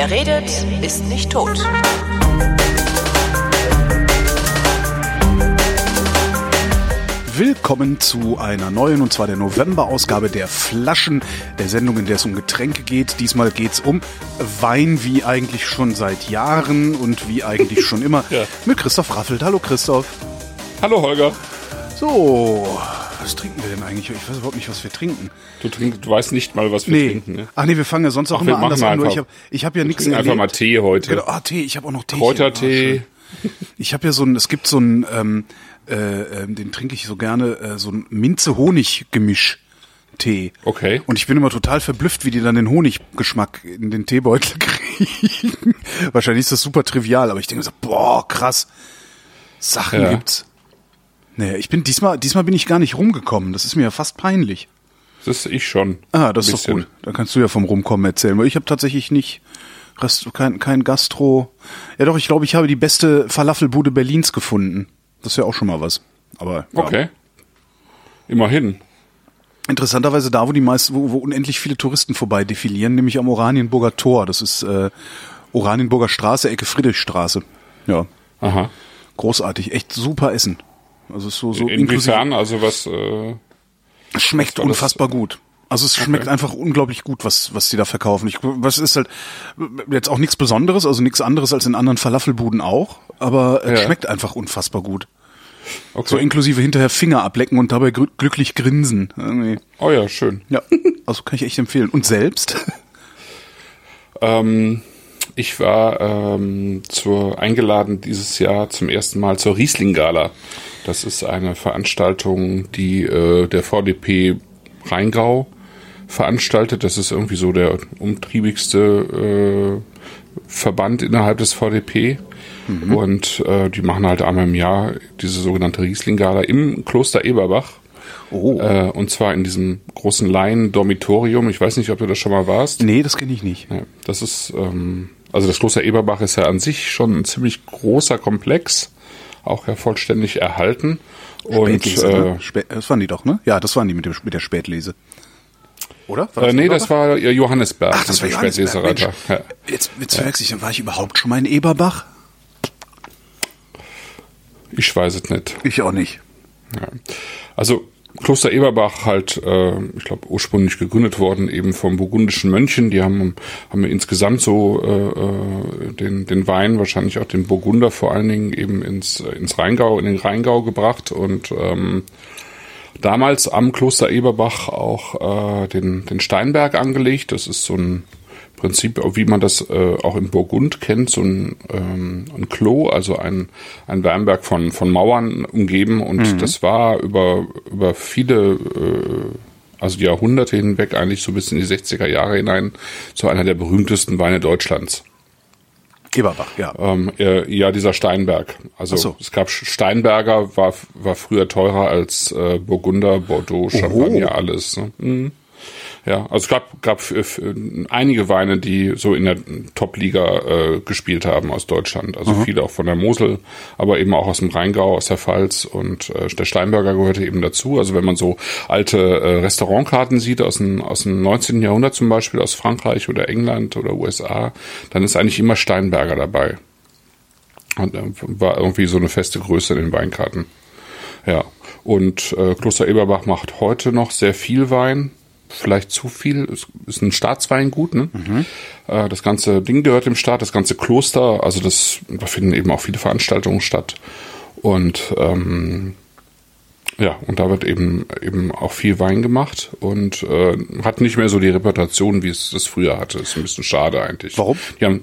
Wer redet, ist nicht tot. Willkommen zu einer neuen, und zwar der November-Ausgabe der Flaschen, der Sendung, in der es um Getränke geht. Diesmal geht es um Wein, wie eigentlich schon seit Jahren und wie eigentlich schon immer, ja. Mit Christoph Raffelt. Hallo Christoph. Hallo Holger. So, was trinken wir denn eigentlich? Ich weiß überhaupt nicht, was wir trinken. Du weißt nicht mal, was wir trinken, ne? Ach nee, wir fangen ja sonst auch immer anders an. Nur ich hab ja nichts erlebt. Einfach mal Tee heute. Genau, Tee, ich habe auch noch Tee. Kräutertee. Ich habe ja es gibt so einen, den trinke ich so gerne, so ein Minze-Honig-Gemisch. Tee. Okay. Und ich bin immer total verblüfft, wie die dann den Honiggeschmack in den Teebeutel kriegen. Wahrscheinlich ist das super trivial, aber ich denke so, boah, krass. Sachen gibt's. Nee, diesmal bin ich gar nicht rumgekommen. Das ist mir ja fast peinlich. Das ist ich schon. Ah, das ist doch gut. Dann kannst du ja vom Rumkommen erzählen, weil ich habe tatsächlich nicht kein Gastro. Ja doch, ich glaube, ich habe die beste Falafelbude Berlins gefunden. Das ist ja auch schon mal was. Aber ja. Okay. Immerhin. Interessanterweise da, wo unendlich viele Touristen vorbei defilieren, nämlich am Oranienburger Tor. Das ist Oranienburger Straße, Ecke Friedrichstraße. Ja. Aha. Großartig, echt super Essen. Also so inwiefern, also was? Es schmeckt unfassbar gut. Also es schmeckt einfach unglaublich gut, was die da verkaufen. Was ist halt jetzt auch nichts Besonderes, also nichts anderes als in anderen Falafelbuden auch, aber es schmeckt einfach unfassbar gut. Okay. So inklusive hinterher Finger ablecken und dabei glücklich grinsen. Irgendwie. Oh ja, schön. Ja, also kann ich echt empfehlen. Und selbst? Ich war eingeladen dieses Jahr zum ersten Mal zur Riesling-Gala. Das ist eine Veranstaltung, die der VDP Rheingau veranstaltet. Das ist irgendwie so der umtriebigste Verband innerhalb des VDP. Mhm. Und die machen halt einmal im Jahr diese sogenannte Riesling-Gala im Kloster Eberbach. Oh. Und zwar in diesem großen Laien-Dormitorium. Ich weiß nicht, ob du das schon mal warst. Nee, das kenne ich nicht. Ja, das ist, also das Kloster Eberbach ist ja an sich schon ein ziemlich großer Komplex, auch ja vollständig erhalten. Spätlese, ne? Das waren die doch, ne? Ja, das waren die mit der Spätlese. Oder? Nee, das war Johannesberg. Ach, das war Johannesberg. Ja. Jetzt verwechsel ich, dann war ich überhaupt schon mal in Eberbach? Ich weiß es nicht. Ich auch nicht. Ja. Also Kloster Eberbach halt, ich glaube, ursprünglich gegründet worden eben vom burgundischen Mönchen. Die haben insgesamt so den Wein, wahrscheinlich auch den Burgunder vor allen Dingen eben in den Rheingau gebracht und damals am Kloster Eberbach auch den Steinberg angelegt. Das ist so ein Prinzip, wie man das auch im Burgund kennt, so ein Klo, also ein Weinberg von Mauern umgeben. Und das war über viele, also die Jahrhunderte hinweg, eigentlich so bis in die 60er Jahre hinein, so einer der berühmtesten Weine Deutschlands. Eberbach, ja. Ja, dieser Steinberg. Also es gab Steinberger, war früher teurer als Burgunder, Bordeaux, Champagner, alles. Ne? Mhm. Ja, also es gab einige Weine, die so in der Top-Liga gespielt haben aus Deutschland. Also viele auch von der Mosel, aber eben auch aus dem Rheingau, aus der Pfalz, und der Steinberger gehörte eben dazu. Also wenn man so alte Restaurantkarten sieht aus dem 19. Jahrhundert zum Beispiel, aus Frankreich oder England oder USA, dann ist eigentlich immer Steinberger dabei. Und war irgendwie so eine feste Größe in den Weinkarten. Ja, und Kloster Eberbach macht heute noch sehr viel Wein. Vielleicht zu viel, es ist ein Staatsweingut, ne? Mhm. Das ganze Ding gehört dem Staat, das ganze Kloster, also da finden eben auch viele Veranstaltungen statt. Und und da wird eben auch viel Wein gemacht und hat nicht mehr so die Reputation, wie es das früher hatte. Ist ein bisschen schade eigentlich. Warum?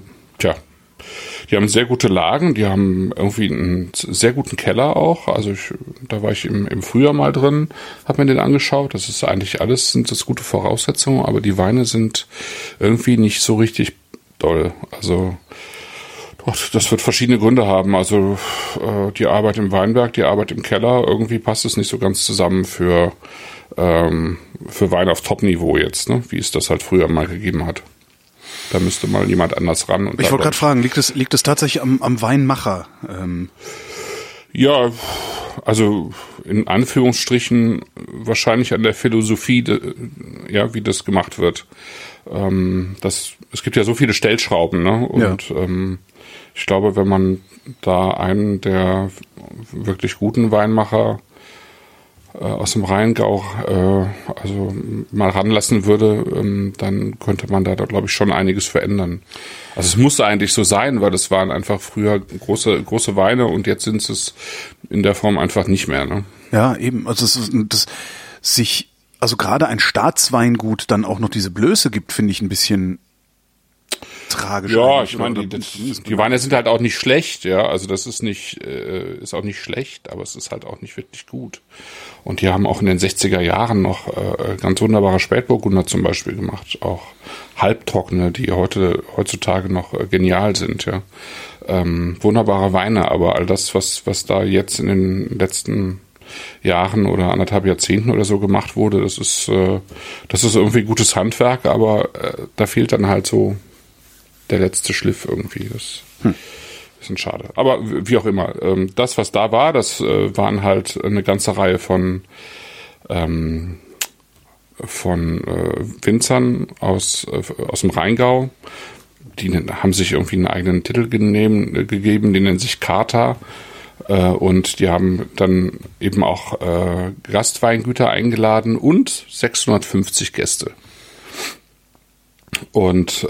Die haben sehr gute Lagen, die haben irgendwie einen sehr guten Keller auch. Also da war ich im Frühjahr mal drin, habe mir den angeschaut. Das ist eigentlich sind das gute Voraussetzungen, aber die Weine sind irgendwie nicht so richtig doll. Also das wird verschiedene Gründe haben. Also die Arbeit im Weinberg, die Arbeit im Keller, irgendwie passt es nicht so ganz zusammen für Wein auf Top-Niveau jetzt, ne? Wie es das halt früher mal gegeben hat. Da müsste mal jemand anders ran. Ich wollte gerade fragen, liegt es tatsächlich am Weinmacher? Ja, also in Anführungsstrichen wahrscheinlich an der Philosophie, wie das gemacht wird. Das es gibt ja so viele Stellschrauben, ne? Und ich glaube, wenn man da einen der wirklich guten Weinmacher aus dem Rheingau also mal ranlassen würde, dann könnte man da glaube ich schon einiges verändern. Also es musste eigentlich so sein, weil das waren einfach früher große Weine und jetzt sind es in der Form einfach nicht mehr. Ne? Ja, eben. Also also gerade ein Staatsweingut dann auch noch diese Blöße gibt, finde ich ein bisschen tragisch. Ja, ich meine, die Weine sind halt auch nicht schlecht, ja, also das ist auch nicht schlecht, aber es ist halt auch nicht wirklich gut. Und die haben auch in den 60er Jahren noch ganz wunderbare Spätburgunder zum Beispiel gemacht, auch halbtrockene, die heutzutage noch genial sind, ja. Wunderbare Weine, aber all das, was da jetzt in den letzten Jahren oder 1,5 Jahrzehnten oder so gemacht wurde, das ist irgendwie gutes Handwerk, aber da fehlt dann halt so der letzte Schliff irgendwie. Das ist ein bisschen schade. Aber wie auch immer, das, was da war, das waren halt eine ganze Reihe von Winzern aus dem Rheingau. Die haben sich irgendwie einen eigenen Titel gegeben, die nennen sich Carta. Und die haben dann eben auch Gastweingüter eingeladen und 650 Gäste. Und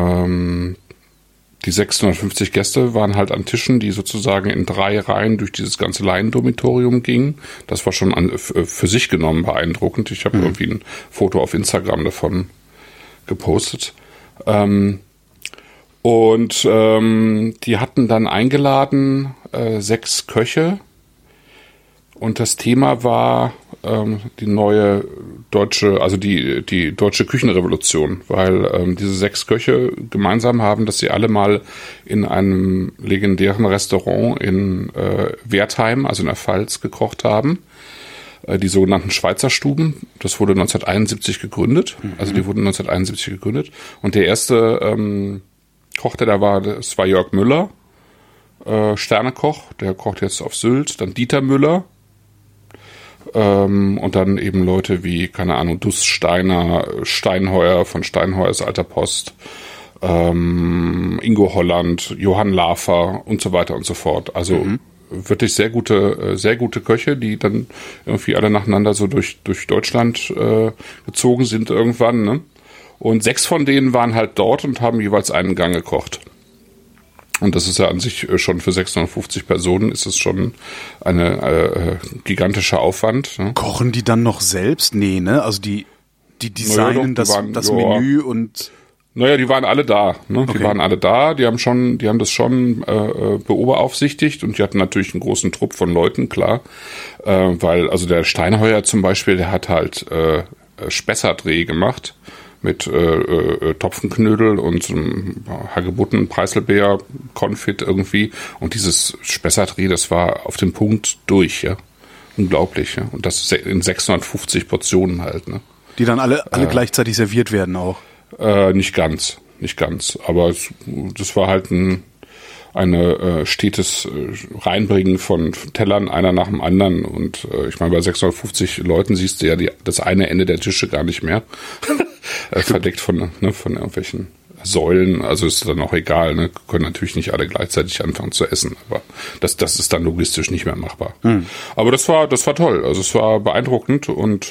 die 650 Gäste waren halt an Tischen, die sozusagen in 3 Reihen durch dieses ganze Laiendomitorium gingen. Das war schon für sich genommen beeindruckend. Ich habe irgendwie ein Foto auf Instagram davon gepostet. Die hatten dann eingeladen 6 Köche. Und das Thema war die neue deutsche, also die deutsche Küchenrevolution, weil diese 6 Köche gemeinsam haben, dass sie alle mal in einem legendären Restaurant in Wertheim, also in der Pfalz, gekocht haben. Die sogenannten Schweizer Stuben. Das wurde 1971 gegründet. Also die wurden 1971 gegründet. Und der erste Koch, der da war, das war Jörg Müller, Sternekoch. Der kocht jetzt auf Sylt. Dann Dieter Müller. Und dann eben Leute wie, keine Ahnung, Duss Steiner, Steinheuer von Steinheuers Alter Post, Ingo Holland, Johann Lafer und so weiter und so fort. Also wirklich sehr gute Köche, die dann irgendwie alle nacheinander so durch Deutschland gezogen sind irgendwann. Ne? Und 6 von denen waren halt dort und haben jeweils einen Gang gekocht. Und das ist ja an sich schon für 650 Personen ist es schon eine gigantischer Aufwand. Ne? Kochen die dann noch selbst? Nee, ne? Also die designen das Menü und... Naja, die waren alle da. Ne? Okay. Die waren alle da. Die haben das schon beobaufsichtigt und die hatten natürlich einen großen Trupp von Leuten, klar. Weil, also der Steinheuer zum Beispiel, der hat halt Spessartdreh gemacht. Mit Topfenknödel und so einem Hagebutten, Preiselbeer, Konfit irgendwie. Und dieses Spessartdreh, das war auf den Punkt durch, ja. Unglaublich, ja. Und das in 650 Portionen halt, ne. Die dann alle gleichzeitig serviert werden auch. Nicht ganz. Aber das war halt ein stetes Reinbringen von Tellern, einer nach dem anderen. Und ich meine, bei 650 Leuten siehst du ja das eine Ende der Tische gar nicht mehr. Verdeckt von irgendwelchen Säulen. Also ist dann auch egal. Ne? Können natürlich nicht alle gleichzeitig anfangen zu essen. Aber das ist dann logistisch nicht mehr machbar. Aber das war toll. Also es war beeindruckend und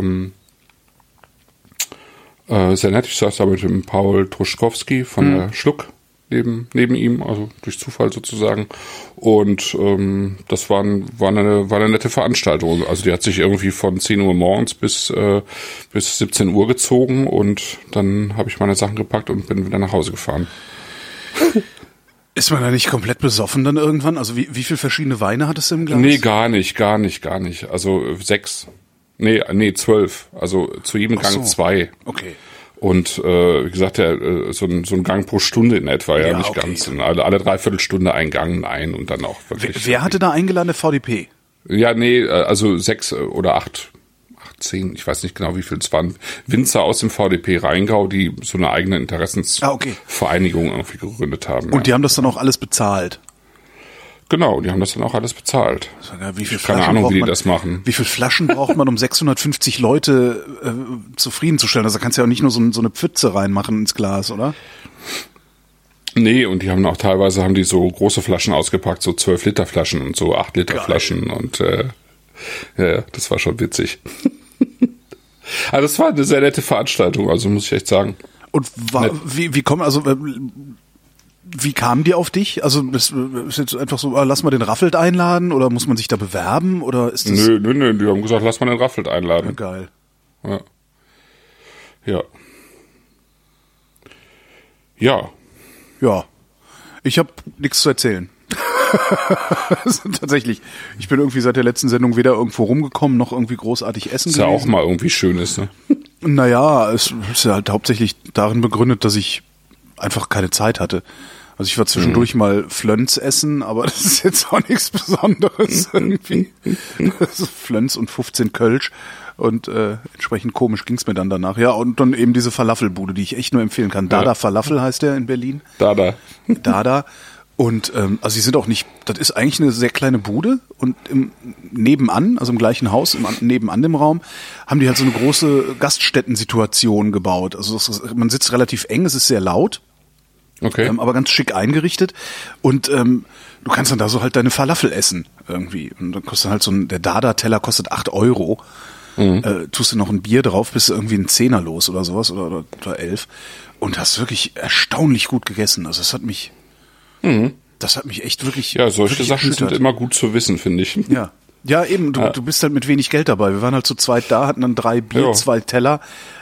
sehr nett. Ich saß da mit dem Paul Truschkowski von der Schluck neben ihm, also durch Zufall sozusagen. Und das war eine nette Veranstaltung. Also die hat sich irgendwie von 10 Uhr morgens bis 17 Uhr gezogen und dann habe ich meine Sachen gepackt und bin wieder nach Hause gefahren. Ist man da nicht komplett besoffen dann irgendwann? Also wie viele verschiedene Weine hattest du im Glas? Nee, gar nicht. Also 6. Nee, 12. Also zu jedem Gang 2. Okay. Und wie gesagt, so ein Gang pro Stunde in etwa, ja nicht okay. Ganz. Und alle 3/4 Stunde ein Gang, nein, und dann auch wirklich. Wer hatte da eingeladen, der VDP? Ja, nee, also 6 oder 8, 10, ich weiß nicht genau, wie viel es waren. Winzer aus dem VDP Rheingau, die so eine eigene Interessensvereinigung irgendwie gegründet haben. Und die haben das dann auch alles bezahlt? Genau, die haben das dann auch alles bezahlt. Keine Ahnung, wie die das machen. Wie viele Flaschen braucht man, um 650 Leute zufriedenzustellen? Also da kannst du ja auch nicht nur so eine Pfütze reinmachen ins Glas, oder? Nee, und die haben auch teilweise die so große Flaschen ausgepackt, so 12 Liter Flaschen und so 8 Liter Flaschen und ja, das war schon witzig. Also das war eine sehr nette Veranstaltung, also muss ich echt sagen. Und wie kamen die auf dich? Also das ist jetzt einfach so, lass mal den Raffelt einladen oder muss man sich da bewerben oder ist das? Nö, die haben gesagt, lass mal den Raffelt einladen. Ja, geil. Ja. Ja. Ja. Ich habe nichts zu erzählen. Tatsächlich. Ich bin irgendwie seit der letzten Sendung weder irgendwo rumgekommen, noch irgendwie großartig essen gewesen. Ist ja auch mal irgendwie Schönes, ne? Naja, es ist ja halt hauptsächlich darin begründet, dass ich einfach keine Zeit hatte. Also ich war zwischendurch mal Flönz essen, aber das ist jetzt auch nichts Besonderes irgendwie. Das ist Flönz und 15 Kölsch und entsprechend komisch ging's mir dann danach. Ja, und dann eben diese Falafelbude, die ich echt nur empfehlen kann. Dada Falafel heißt der in Berlin. Dada. Und also sie sind auch nicht, das ist eigentlich eine sehr kleine Bude und nebenan, also im gleichen Haus, nebenan dem Raum, haben die halt so eine große Gaststättensituation gebaut. Also man sitzt relativ eng, es ist sehr laut, aber ganz schick eingerichtet und du kannst dann da so halt deine Falafel essen irgendwie. Und dann kostet halt der Dada-Teller kostet 8 €. Tust du noch ein Bier drauf, bist du irgendwie ein Zehner los oder sowas oder 11 und hast wirklich erstaunlich gut gegessen. Also das hat mich echt wirklich. Ja, solche Sachen sind immer gut zu wissen, finde ich. Ja, eben, du bist halt mit wenig Geld dabei. Wir waren halt zu zweit da, hatten dann 3 Bier, 2 Teller,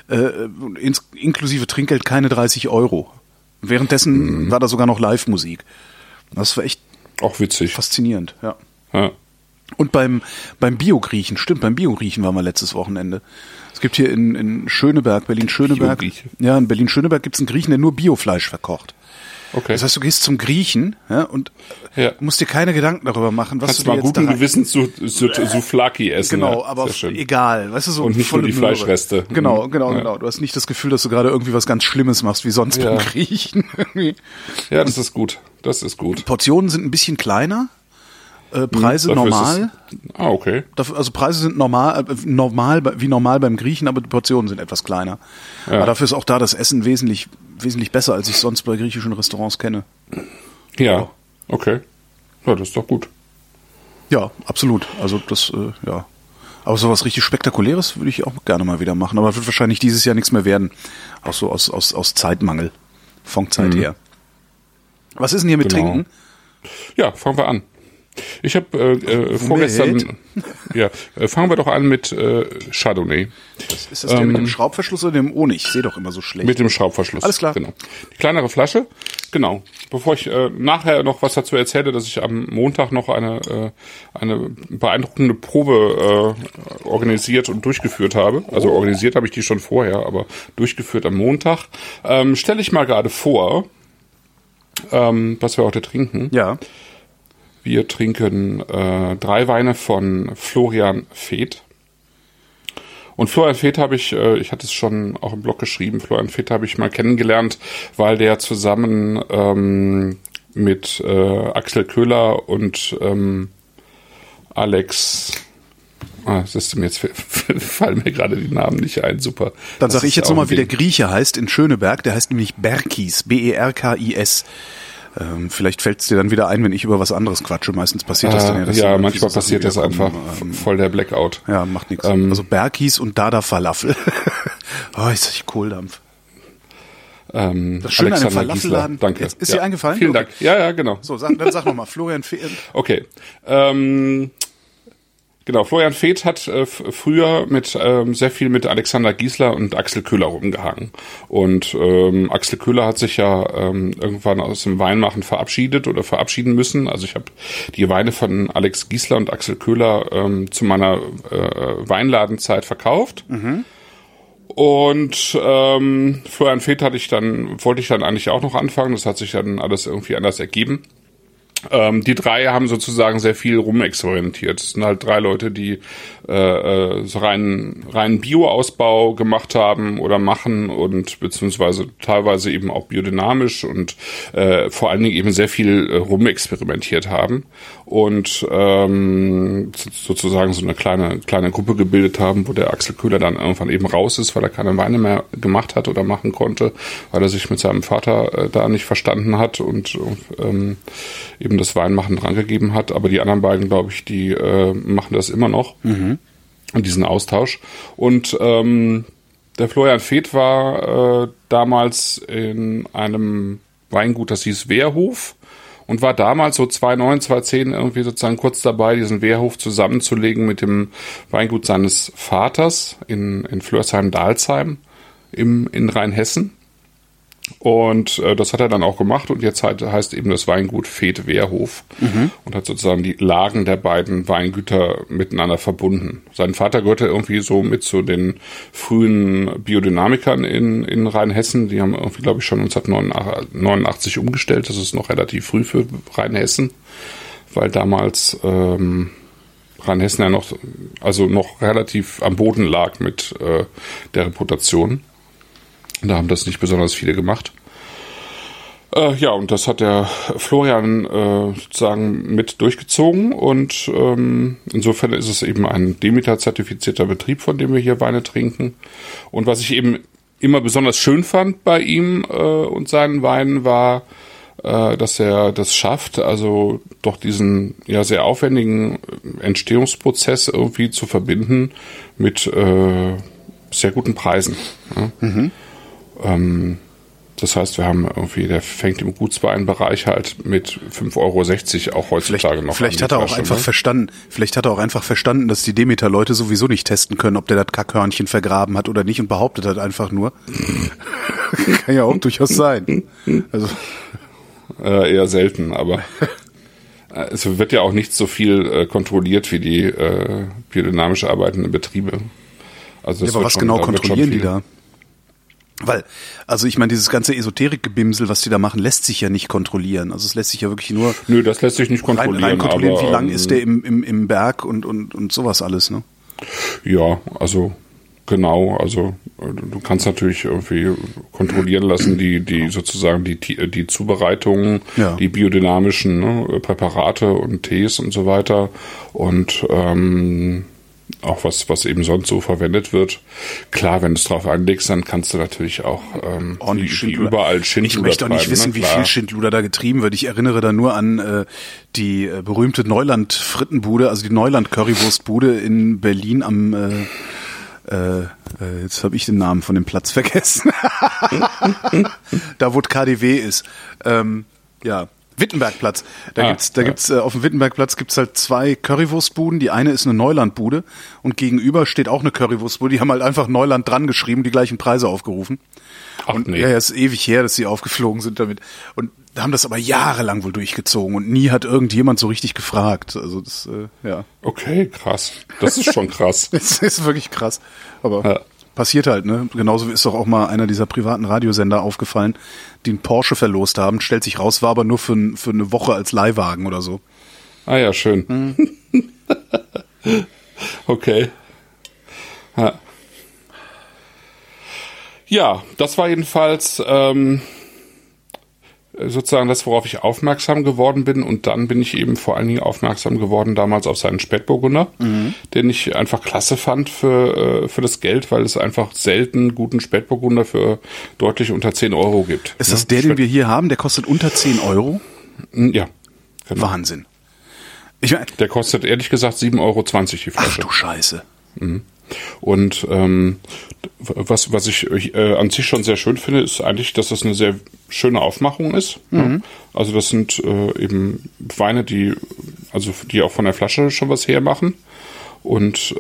inklusive Trinkgeld keine 30 €. Währenddessen war da sogar noch Live-Musik. Das war echt auch witzig. Faszinierend, ja. Und beim Bio-Griechen, beim Bio-Griechen waren wir letztes Wochenende. Es gibt hier in Schöneberg, Berlin-Schöneberg. Ja, in Berlin-Schöneberg gibt es einen Griechen, der nur Biofleisch verkocht. Okay. Das heißt, du gehst zum Griechen und musst dir keine Gedanken darüber machen, was kannst du dir jetzt guten Gewissens Souvlaki essen. Genau, aber egal. Weißt du, so und nicht nur die Fleischreste. Genau. Du hast nicht das Gefühl, dass du gerade irgendwie was ganz Schlimmes machst, wie sonst beim Griechen. Ja, das ist gut. Portionen sind ein bisschen kleiner. Preise normal. Okay. Also Preise sind normal beim Griechen, aber die Portionen sind etwas kleiner. Ja. Aber dafür ist auch da das Essen wesentlich besser, als ich sonst bei griechischen Restaurants kenne. Ja, okay. Ja, das ist doch gut. Ja, absolut. Also das, Aber sowas richtig Spektakuläres würde ich auch gerne mal wieder machen. Aber wird wahrscheinlich dieses Jahr nichts mehr werden. Auch so aus Zeitmangel. Von Zeit her. Was ist denn hier mit Trinken? Ja, fangen wir an. Ich habe vorgestern, fangen wir doch an mit Chardonnay. Ist das der mit dem Schraubverschluss oder dem ohne? Ich sehe doch immer so schlecht. Mit dem Schraubverschluss. Alles klar. Genau. Die kleinere Flasche, genau. Bevor ich nachher noch was dazu erzähle, dass ich am Montag noch eine beeindruckende Probe organisiert und durchgeführt habe. Also organisiert habe ich die schon vorher, aber durchgeführt am Montag. Stelle ich mal gerade vor, was wir heute trinken. Ja. Wir trinken 3 Weine von Florian Veeth. Und Florian Veeth habe ich hatte es schon auch im Blog geschrieben, Florian Veeth habe ich mal kennengelernt, weil der zusammen mit Axel Köhler und Alex, jetzt fallen mir gerade die Namen nicht ein, super. Dann sage ich jetzt nochmal, wie der Grieche heißt in Schöneberg, der heißt nämlich Berkis, Berkis. Vielleicht fällt es dir dann wieder ein, wenn ich über was anderes quatsche. Meistens passiert das dann ja. Ja, manchmal passiert das einfach. Voll der Blackout. Ja, macht nichts. Also Berkis und Dada Falafel. Ist das Kohldampf. Das Schöne an dem Falafelladen. Danke. Ist dir eingefallen? Vielen Dank. Ja, genau. So, dann sag nochmal, Florian Veeth. Okay. Genau, Florian Veeth hat früher sehr viel mit Alexander Giesler und Axel Köhler rumgehangen. Und Axel Köhler hat sich ja irgendwann aus dem Weinmachen verabschieden müssen. Also ich habe die Weine von Alex Giesler und Axel Köhler zu meiner Weinladenzeit verkauft. Mhm. Und Florian Veeth wollte ich dann eigentlich auch noch anfangen. Das hat sich dann alles irgendwie anders ergeben. Die drei haben sozusagen sehr viel rumexperimentiert. Es sind halt drei Leute, die so reinen Bioausbau gemacht haben oder machen und beziehungsweise teilweise eben auch biodynamisch und vor allen Dingen eben sehr viel rumexperimentiert haben und sozusagen so eine kleine Gruppe gebildet haben, wo der Axel Köhler dann irgendwann eben raus ist, weil er keine Weine mehr gemacht hat oder machen konnte, weil er sich mit seinem Vater da nicht verstanden hat und eben das Weinmachen drangegeben hat. Aber die anderen beiden, glaube ich, die machen das immer noch. Mhm. Diesen Austausch. Und der Florian Veeth war damals in einem Weingut, das hieß Wehrhof, und war damals so 2009, 2010 irgendwie sozusagen kurz dabei, diesen Wehrhof zusammenzulegen mit dem Weingut seines Vaters in Flörsheim-Dalsheim in Rheinhessen. Und das hat er dann auch gemacht und jetzt heißt eben das Weingut Veeth Wehrhof und hat sozusagen die Lagen der beiden Weingüter miteinander verbunden. Sein Vater gehörte irgendwie so mit zu den frühen Biodynamikern in Rheinhessen. Die haben irgendwie, glaube ich, schon 1989 umgestellt. Das ist noch relativ früh für Rheinhessen, weil damals Rheinhessen ja noch relativ am Boden lag mit der Reputation. Da haben das nicht besonders viele gemacht. Und das hat der Florian sozusagen mit durchgezogen und insofern ist es eben ein Demeter-zertifizierter Betrieb, von dem wir hier Weine trinken. Und was ich eben immer besonders schön fand bei ihm und seinen Weinen war, dass er das schafft, also doch diesen sehr aufwendigen Entstehungsprozess irgendwie zu verbinden mit sehr guten Preisen. Ja. Mhm. Das heißt, wir haben irgendwie, der fängt im Gutsweinbereich halt mit 5,60 € auch heutzutage noch an. Vielleicht hat er auch einfach verstanden, dass die Demeter-Leute sowieso nicht testen können, ob der das Kackhörnchen vergraben hat oder nicht und behauptet hat einfach nur. Kann ja auch durchaus sein. Also eher selten, aber es wird ja auch nicht so viel kontrolliert wie die biodynamisch arbeitenden Betriebe. Also aber was genau kontrollieren die da? Weil, also ich meine, dieses ganze Esoterik-Gebimsel, was die da machen, lässt sich ja nicht kontrollieren. Also es lässt sich ja wirklich nur... Nö, das lässt sich nicht kontrollieren. Rein kontrollieren, aber, wie lang ist der im Berg und sowas alles, ne? Ja, also genau, also du kannst natürlich irgendwie kontrollieren lassen, die sozusagen die Zubereitungen, die biodynamischen Präparate und Tees und so weiter und auch was eben sonst so verwendet wird. Klar, wenn du es drauf anlegst, dann kannst du natürlich auch wie überall Schindluder. Ich möchte auch nicht wissen, wie viel Schindluder da getrieben wird. Ich erinnere da nur an die berühmte Neuland-Frittenbude, also die Neuland-Currywurstbude in Berlin am jetzt habe ich den Namen von dem Platz vergessen. Da wo KDW ist. Wittenbergplatz. Da gibt's auf dem Wittenbergplatz gibt's halt 2 Currywurstbuden. Die eine ist eine Neulandbude und gegenüber steht auch eine Currywurstbude. Die haben halt einfach Neuland dran geschrieben, die gleichen Preise aufgerufen. Ja, ist ewig her, dass sie aufgeflogen sind damit. Und haben das aber jahrelang wohl durchgezogen und nie hat irgendjemand so richtig gefragt. Also das, Okay, krass. Das ist schon krass. Das ist wirklich krass. Aber passiert halt, ne? Genauso ist doch auch mal einer dieser privaten Radiosender aufgefallen, die einen Porsche verlost haben. Stellt sich raus, war aber nur für eine Woche als Leihwagen oder so. Ah ja, schön. Okay. Ja, das war jedenfalls sozusagen das, worauf ich aufmerksam geworden bin. Und dann bin ich eben vor allen Dingen aufmerksam geworden damals auf seinen Spätburgunder, den ich einfach klasse fand für das Geld, weil es einfach selten guten Spätburgunder für deutlich unter 10 € gibt. Ist das der, den wir hier haben? Der kostet unter 10 €? Ja. Genau. Wahnsinn. Der kostet ehrlich gesagt 7,20 € die Flasche. Ach du Scheiße. Mhm. Und was ich an sich schon sehr schön finde, ist eigentlich, dass das eine sehr schöne Aufmachung ist. Mhm. Also das sind eben Weine, die auch von der Flasche schon was hermachen. Und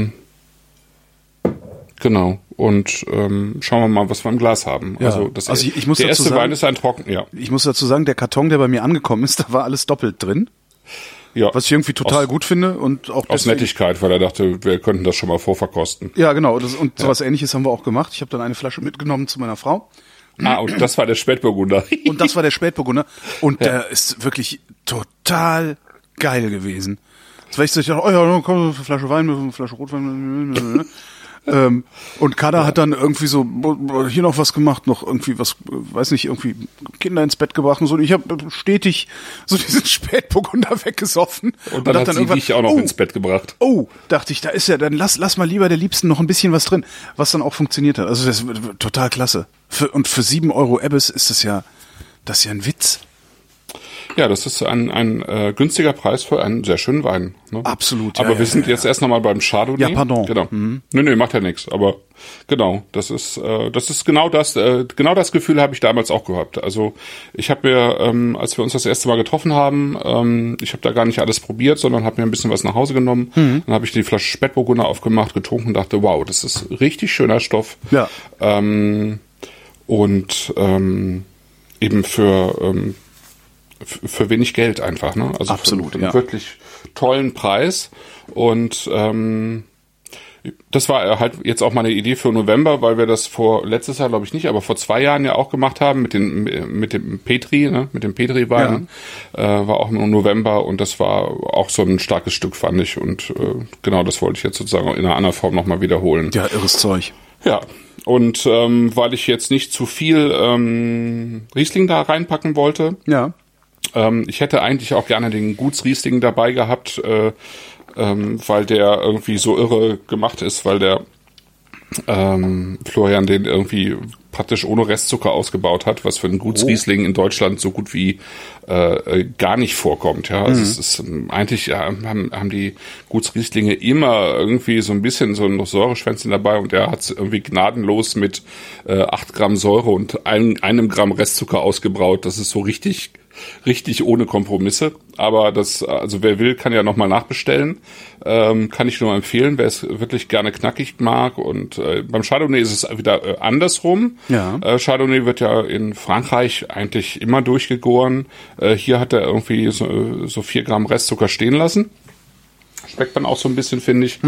genau. Und schauen wir mal, was wir im Glas haben. Ja. Also der erste Wein ist ein Trocken. Ja. Ich muss dazu sagen, der Karton, der bei mir angekommen ist, da war alles doppelt drin. Ja, was ich irgendwie total gut finde und auch aus Nettigkeit, weil er dachte, wir könnten das schon mal vorverkosten. Ja, genau. Sowas Ähnliches haben wir auch gemacht. Ich habe dann eine Flasche mitgenommen zu meiner Frau. Und das war der Spätburgunder. Und das war der Spätburgunder. Und der ist wirklich total geil gewesen. Das war ich so, ich dachte, oh ja, komm, eine Flasche Wein, eine Flasche Rotwein. Und Kada hat dann irgendwie so hier noch was gemacht, noch irgendwie was, weiß nicht, irgendwie Kinder ins Bett gebracht und so. Und ich habe stetig so diesen Spätburgunder weggesoffen. Und dann hat sie dich auch noch ins Bett gebracht. Oh, dachte ich, da ist ja, dann lass mal lieber der Liebsten noch ein bisschen was drin, was dann auch funktioniert hat. Also das ist total klasse. Und für 7 Euro Ebbes ist das ist ja ein Witz. Ja, das ist ein günstiger Preis für einen sehr schönen Wein. Ne? Absolut. Aber wir sind jetzt erst nochmal beim Chardonnay. Ja, pardon. Genau. Nee, macht ja nichts. Aber genau, das ist genau das Gefühl habe ich damals auch gehabt. Also ich habe mir, als wir uns das erste Mal getroffen haben, ich habe da gar nicht alles probiert, sondern habe mir ein bisschen was nach Hause genommen. Dann habe ich die Flasche Spätburgunder aufgemacht, getrunken und dachte, wow, das ist richtig schöner Stoff. Ja. Eben für wenig Geld einfach, ne? Also absolut, für einen wirklich tollen Preis. Und das war halt jetzt auch meine Idee für November, weil wir das letztes Jahr glaube ich nicht, aber vor 2 Jahren ja auch gemacht haben mit dem Petri, ne? Mit dem Petri-Wein. Ja. War auch im November und das war auch so ein starkes Stück, fand ich. Und genau, das wollte ich jetzt sozusagen in einer anderen Form nochmal wiederholen. Ja, irres Zeug. Ja. Und weil ich jetzt nicht zu viel Riesling da reinpacken wollte. Ja. Ich hätte eigentlich auch gerne den Gutsriesling dabei gehabt, weil der irgendwie so irre gemacht ist, weil der Florian den irgendwie praktisch ohne Restzucker ausgebaut hat, was für einen Gutsriesling in Deutschland so gut wie gar nicht vorkommt. Ja, also es ist eigentlich haben die Gutsrieslinge immer irgendwie so ein bisschen so ein Säureschwänzchen dabei und der hat es irgendwie gnadenlos mit 8 Gramm Säure und einem Gramm Restzucker ausgebraut. Das ist so richtig ohne Kompromisse, aber also wer will, kann ja nochmal nachbestellen, kann ich nur empfehlen, wer es wirklich gerne knackig mag und beim Chardonnay ist es wieder andersrum. Ja. Chardonnay wird ja in Frankreich eigentlich immer durchgegoren, hier hat er irgendwie so 4 Gramm Restzucker stehen lassen, schmeckt man auch so ein bisschen, finde ich.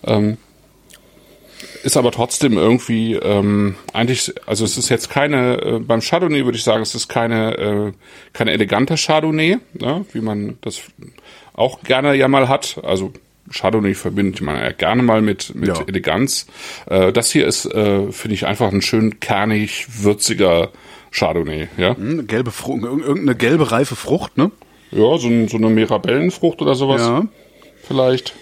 Ist aber trotzdem irgendwie eigentlich, also es ist jetzt beim Chardonnay würde ich sagen, es ist keine elegante Chardonnay, ne, wie man das auch gerne ja mal hat. Also Chardonnay verbindet man ja gerne mal mit Eleganz. Das hier ist, finde ich, einfach ein schön kernig, würziger Chardonnay. Ja? Irgendeine gelbe, reife Frucht, ne? Ja, so eine Mirabellenfrucht oder sowas. Ja. Vielleicht.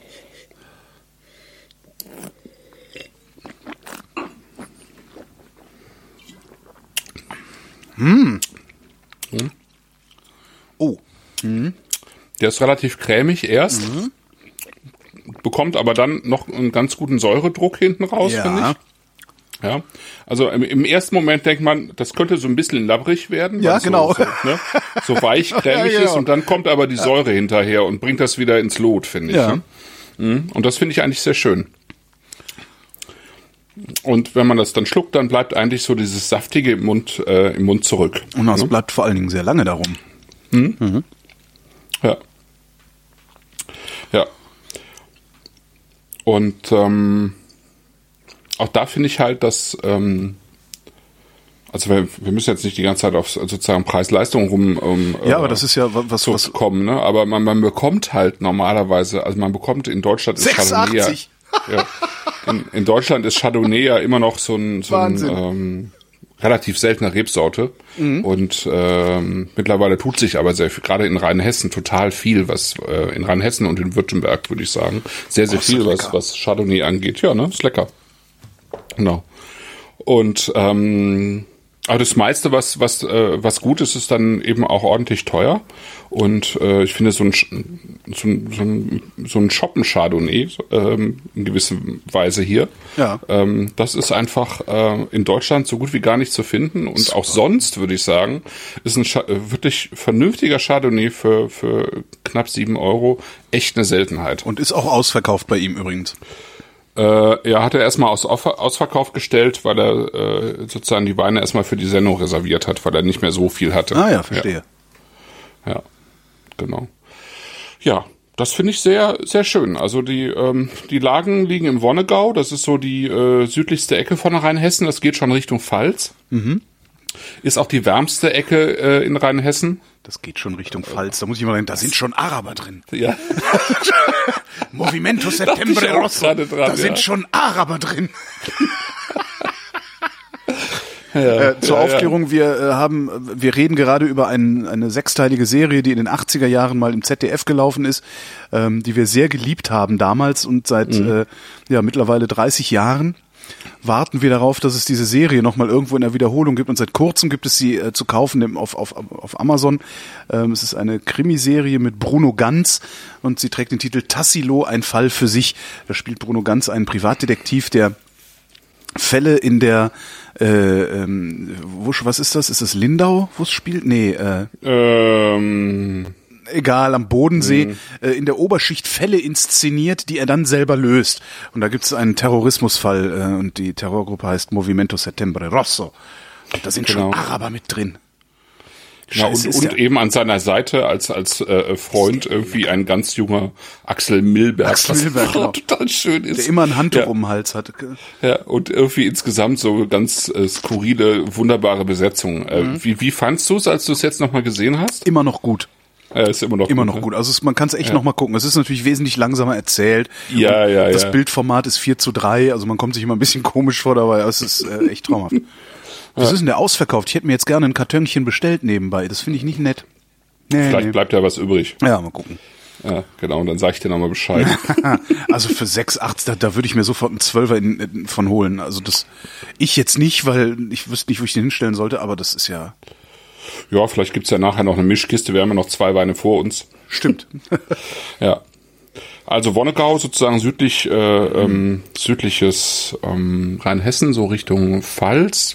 Oh. Der ist relativ cremig erst, bekommt aber dann noch einen ganz guten Säuredruck hinten raus, finde ich. Ja, also im ersten Moment denkt man, das könnte so ein bisschen labbrig werden. Ja, genau. So weich, cremig ist und dann kommt aber die Säure hinterher und bringt das wieder ins Lot, finde ich. Ja. Ne? Und das finde ich eigentlich sehr schön. Und wenn man das dann schluckt, dann bleibt eigentlich so dieses Saftige im Mund zurück. Und das bleibt vor allen Dingen sehr lange darum. Ja. Ja. Und auch da finde ich halt, dass also wir müssen jetzt nicht die ganze Zeit auf sozusagen Preis-Leistung aber das ist ja was kommen, ne? Aber man bekommt halt normalerweise, also man bekommt in Deutschland ist Chardonnay ja, in Deutschland ist Chardonnay ja immer noch so ein relativ seltener Rebsorte und mittlerweile tut sich aber sehr viel, gerade in Rheinhessen total viel, was in Rheinhessen und in Württemberg würde ich sagen, sehr viel, was Chardonnay angeht. Ja, ne, ist lecker. Genau. Und aber das meiste, was gut ist, ist dann eben auch ordentlich teuer. Und ich finde so ein Schoppen-Chardonnay in gewisser Weise hier, das ist einfach in Deutschland so gut wie gar nicht zu finden. Und super. Auch sonst, würde ich sagen, ist ein wirklich vernünftiger Chardonnay für knapp 7 Euro echt eine Seltenheit. Und ist auch ausverkauft bei ihm übrigens. Er hatte erstmal Ausverkauf gestellt, weil er sozusagen die Weine erstmal für die Sendung reserviert hat, weil er nicht mehr so viel hatte. Ah ja, verstehe. Ja, genau. Ja, das finde ich sehr, sehr schön. Also die Lagen liegen im Wonnegau, das ist so die südlichste Ecke von Rheinhessen, das geht schon Richtung Pfalz. Ist auch die wärmste Ecke in Rheinhessen. Das geht schon Richtung Pfalz. Da muss ich mal sagen, da sind schon Araber drin. Ja. Movimento Settembre Rosso. Da sind schon Araber drin. Zur Aufklärung, wir reden gerade über eine sechsteilige Serie, die in den 80er Jahren mal im ZDF gelaufen ist, die wir sehr geliebt haben damals und seit mittlerweile 30 Jahren warten wir darauf, dass es diese Serie nochmal irgendwo in der Wiederholung gibt und seit kurzem gibt es sie zu kaufen auf Amazon. Es ist eine Krimiserie mit Bruno Ganz und sie trägt den Titel Tassilo, ein Fall für sich. Da spielt Bruno Ganz einen Privatdetektiv, der Fälle in der was ist das? Ist das Lindau, wo es spielt? Nee, egal, am Bodensee, in der Oberschicht Fälle inszeniert, die er dann selber löst. Und da gibt es einen Terrorismusfall und die Terrorgruppe heißt Movimento Settembre Rosso. Und da sind schon Araber mit drin. Genau, und eben an seiner Seite als Freund irgendwie ein ganz junger Axel Milberg, was genau. Total schön ist. Der immer ein Handtuch um den Hals hat. Ja, und irgendwie insgesamt so ganz skurrile, wunderbare Besetzung. Wie fandst du es, als du es jetzt nochmal gesehen hast? Immer noch gut. Ist immer noch gut. Also man kann es echt noch mal gucken. Es ist natürlich wesentlich langsamer erzählt. Das Bildformat ist 4:3, also man kommt sich immer ein bisschen komisch vor dabei. Es ist echt traumhaft. Was ist denn der ausverkauft? Ich hätte mir jetzt gerne ein Kartönchen bestellt nebenbei. Das finde ich nicht nett. Vielleicht bleibt ja was übrig. Ja, mal gucken. Ja, genau. Und dann sage ich dir nochmal Bescheid. Also für 6,8, da würde ich mir sofort einen 12er von holen. Also ich jetzt nicht, weil ich wüsste nicht, wo ich den hinstellen sollte, aber das ist ja... Ja, vielleicht gibt's ja nachher noch eine Mischkiste. Wir haben ja noch 2 Weine vor uns. Stimmt. Ja. Also Wonnegau sozusagen südliches Rheinhessen, so Richtung Pfalz.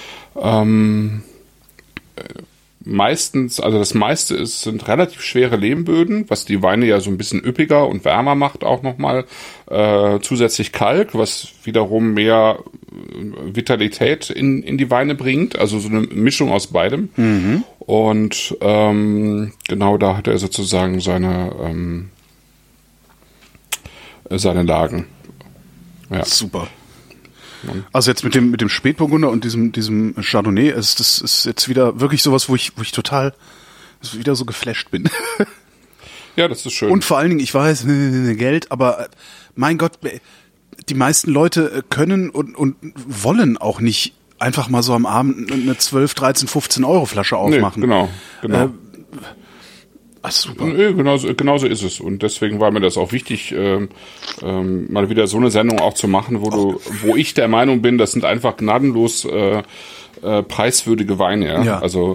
Meistens, also das meiste sind relativ schwere Lehmböden, was die Weine ja so ein bisschen üppiger und wärmer macht auch nochmal. Zusätzlich Kalk, was wiederum mehr Vitalität in die Weine bringt, also so eine Mischung aus beidem. Mhm. Und genau da hat er sozusagen seine Lagen. Ja. Super. Also jetzt mit dem Spätburgunder und diesem Chardonnay, das ist jetzt wieder wirklich sowas, wo ich total wieder so geflasht bin. Ja, das ist schön. Und vor allen Dingen, ich weiß, Geld, aber mein Gott, die meisten Leute können und wollen auch nicht einfach mal so am Abend eine 12, 13, 15 Euro Flasche aufmachen. Nee, genau. Ach, super. Genauso ist es. Und deswegen war mir das auch wichtig, mal wieder so eine Sendung auch zu machen, wo ich der Meinung bin, das sind einfach gnadenlos preiswürdige Weine. Ja? Also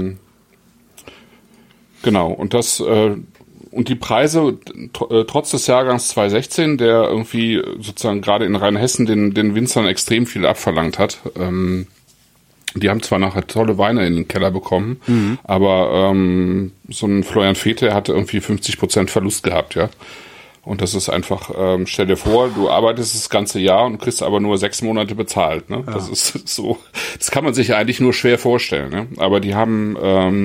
genau. Und die Preise, trotz des Jahrgangs 2016, der irgendwie sozusagen gerade in Rheinhessen den Winzern extrem viel abverlangt hat, die haben zwar nachher tolle Weine in den Keller bekommen, aber so ein Florian Fete hatte irgendwie 50% Verlust gehabt, ja. Und das ist einfach, stell dir vor, du arbeitest das ganze Jahr und kriegst aber nur 6 Monate bezahlt, ne? Ja. Das ist so, das kann man sich ja eigentlich nur schwer vorstellen, ne? Aber die haben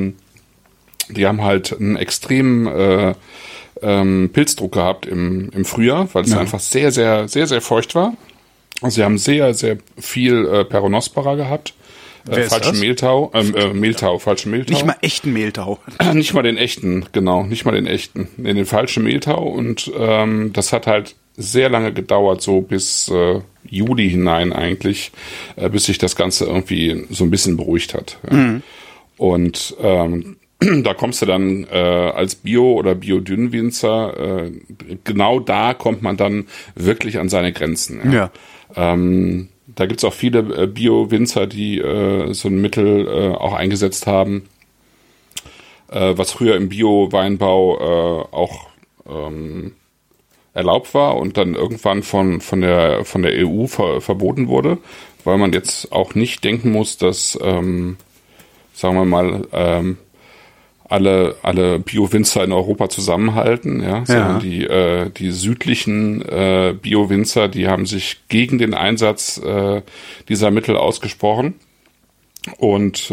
halt einen extremen Pilzdruck gehabt im Frühjahr, weil es einfach sehr, sehr, sehr, sehr feucht war. Also sie haben sehr, sehr viel Peronospora gehabt. Falschen Mehltau. Falschen Mehltau. Nicht mal echten Mehltau. Nicht mal den echten, genau. Nicht mal den echten. Nee, den falschen Mehltau. Und das hat halt sehr lange gedauert, so bis Juli hinein eigentlich, bis sich das Ganze irgendwie so ein bisschen beruhigt hat. Ja. Mhm. Und da kommst du dann als Bio- oder Biodünnwinzer, genau da kommt man dann wirklich an seine Grenzen. Ja. Da gibt's auch viele Bio-Winzer, die so ein Mittel auch eingesetzt haben, was früher im Bio-Weinbau auch erlaubt war und dann irgendwann von der EU verboten wurde, weil man jetzt auch nicht denken muss, dass, sagen wir mal, alle Bio-Winzer in Europa zusammenhalten, ja, sondern die südlichen Bio-Winzer, die haben sich gegen den Einsatz dieser Mittel ausgesprochen und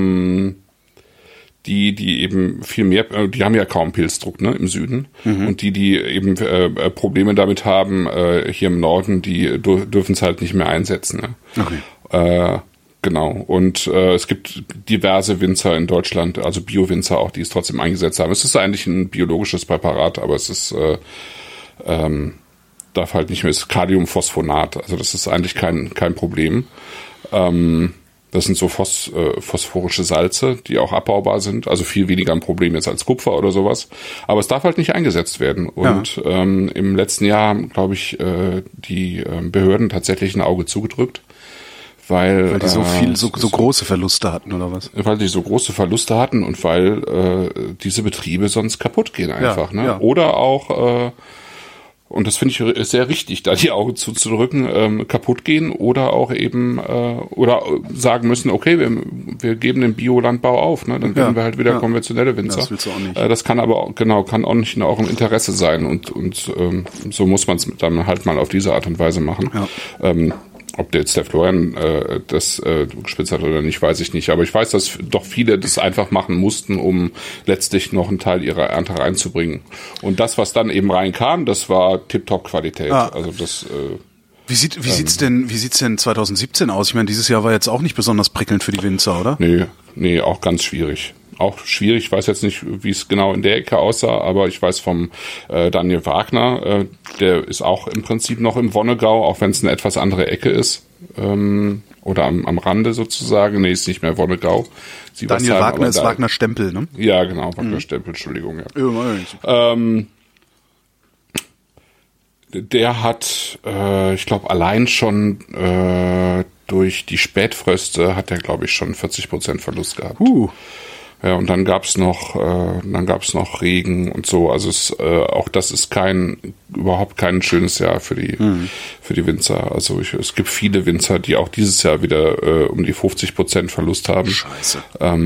die eben viel mehr, die haben ja kaum Pilzdruck, ne, im Süden, und die eben Probleme damit haben hier im Norden, die dürfen es halt nicht mehr einsetzen, ne? Okay. Genau. Und es gibt diverse Winzer in Deutschland, also Bio-Winzer auch, die es trotzdem eingesetzt haben. Es ist eigentlich ein biologisches Präparat, aber es ist darf halt nicht mehr, es ist Kaliumphosphonat. Also das ist eigentlich kein Problem. Das sind so phosphorische Salze, die auch abbaubar sind. Also viel weniger ein Problem jetzt als Kupfer oder sowas. Aber es darf halt nicht eingesetzt werden. Und im letzten Jahr haben, glaube ich, die Behörden tatsächlich ein Auge zugedrückt. Weil die so große Verluste hatten, oder was? Weil die so große Verluste hatten und weil diese Betriebe sonst kaputt gehen einfach. Ja, ne? ja. Oder auch, und das finde ich sehr richtig, da die Augen zuzudrücken, kaputt gehen oder auch eben, oder sagen müssen, okay, wir geben den Biolandbau auf, ne? Dann werden wir halt wieder konventionelle Winzer. Das willst du auch nicht. Das kann aber auch, kann auch nicht in eurem Interesse sein und so muss man es dann halt mal auf diese Art und Weise machen. Ja. Ob jetzt der Florian das gespitzt hat oder nicht, weiß ich nicht. Aber ich weiß, dass doch viele das einfach machen mussten, um letztlich noch einen Teil ihrer Ernte reinzubringen. Und das, was dann eben reinkam, das war Tip-Top-Qualität. Also das. Wie sieht's denn 2017 aus? Ich meine, dieses Jahr war jetzt auch nicht besonders prickelnd für die Winzer, oder? Nee, auch ganz schwierig. Ich weiß jetzt nicht, wie es genau in der Ecke aussah, aber ich weiß vom Daniel Wagner, der ist auch im Prinzip noch im Wonnegau, auch wenn es eine etwas andere Ecke ist, oder am Rande sozusagen. Nee, ist nicht mehr Wonnegau. Daniel Wagner ist Wagner Stempel, ne? Ja, genau, Wagner Stempel, Entschuldigung. Ja. Der hat, ich glaube, allein schon durch die Spätfröste hat er, glaube ich, schon 40% Verlust gehabt. Ja, und dann gab's noch Regen und so. Also auch das ist überhaupt kein schönes Jahr für die Winzer. Also es gibt viele Winzer, die auch dieses Jahr wieder um die 50% Verlust haben. Scheiße.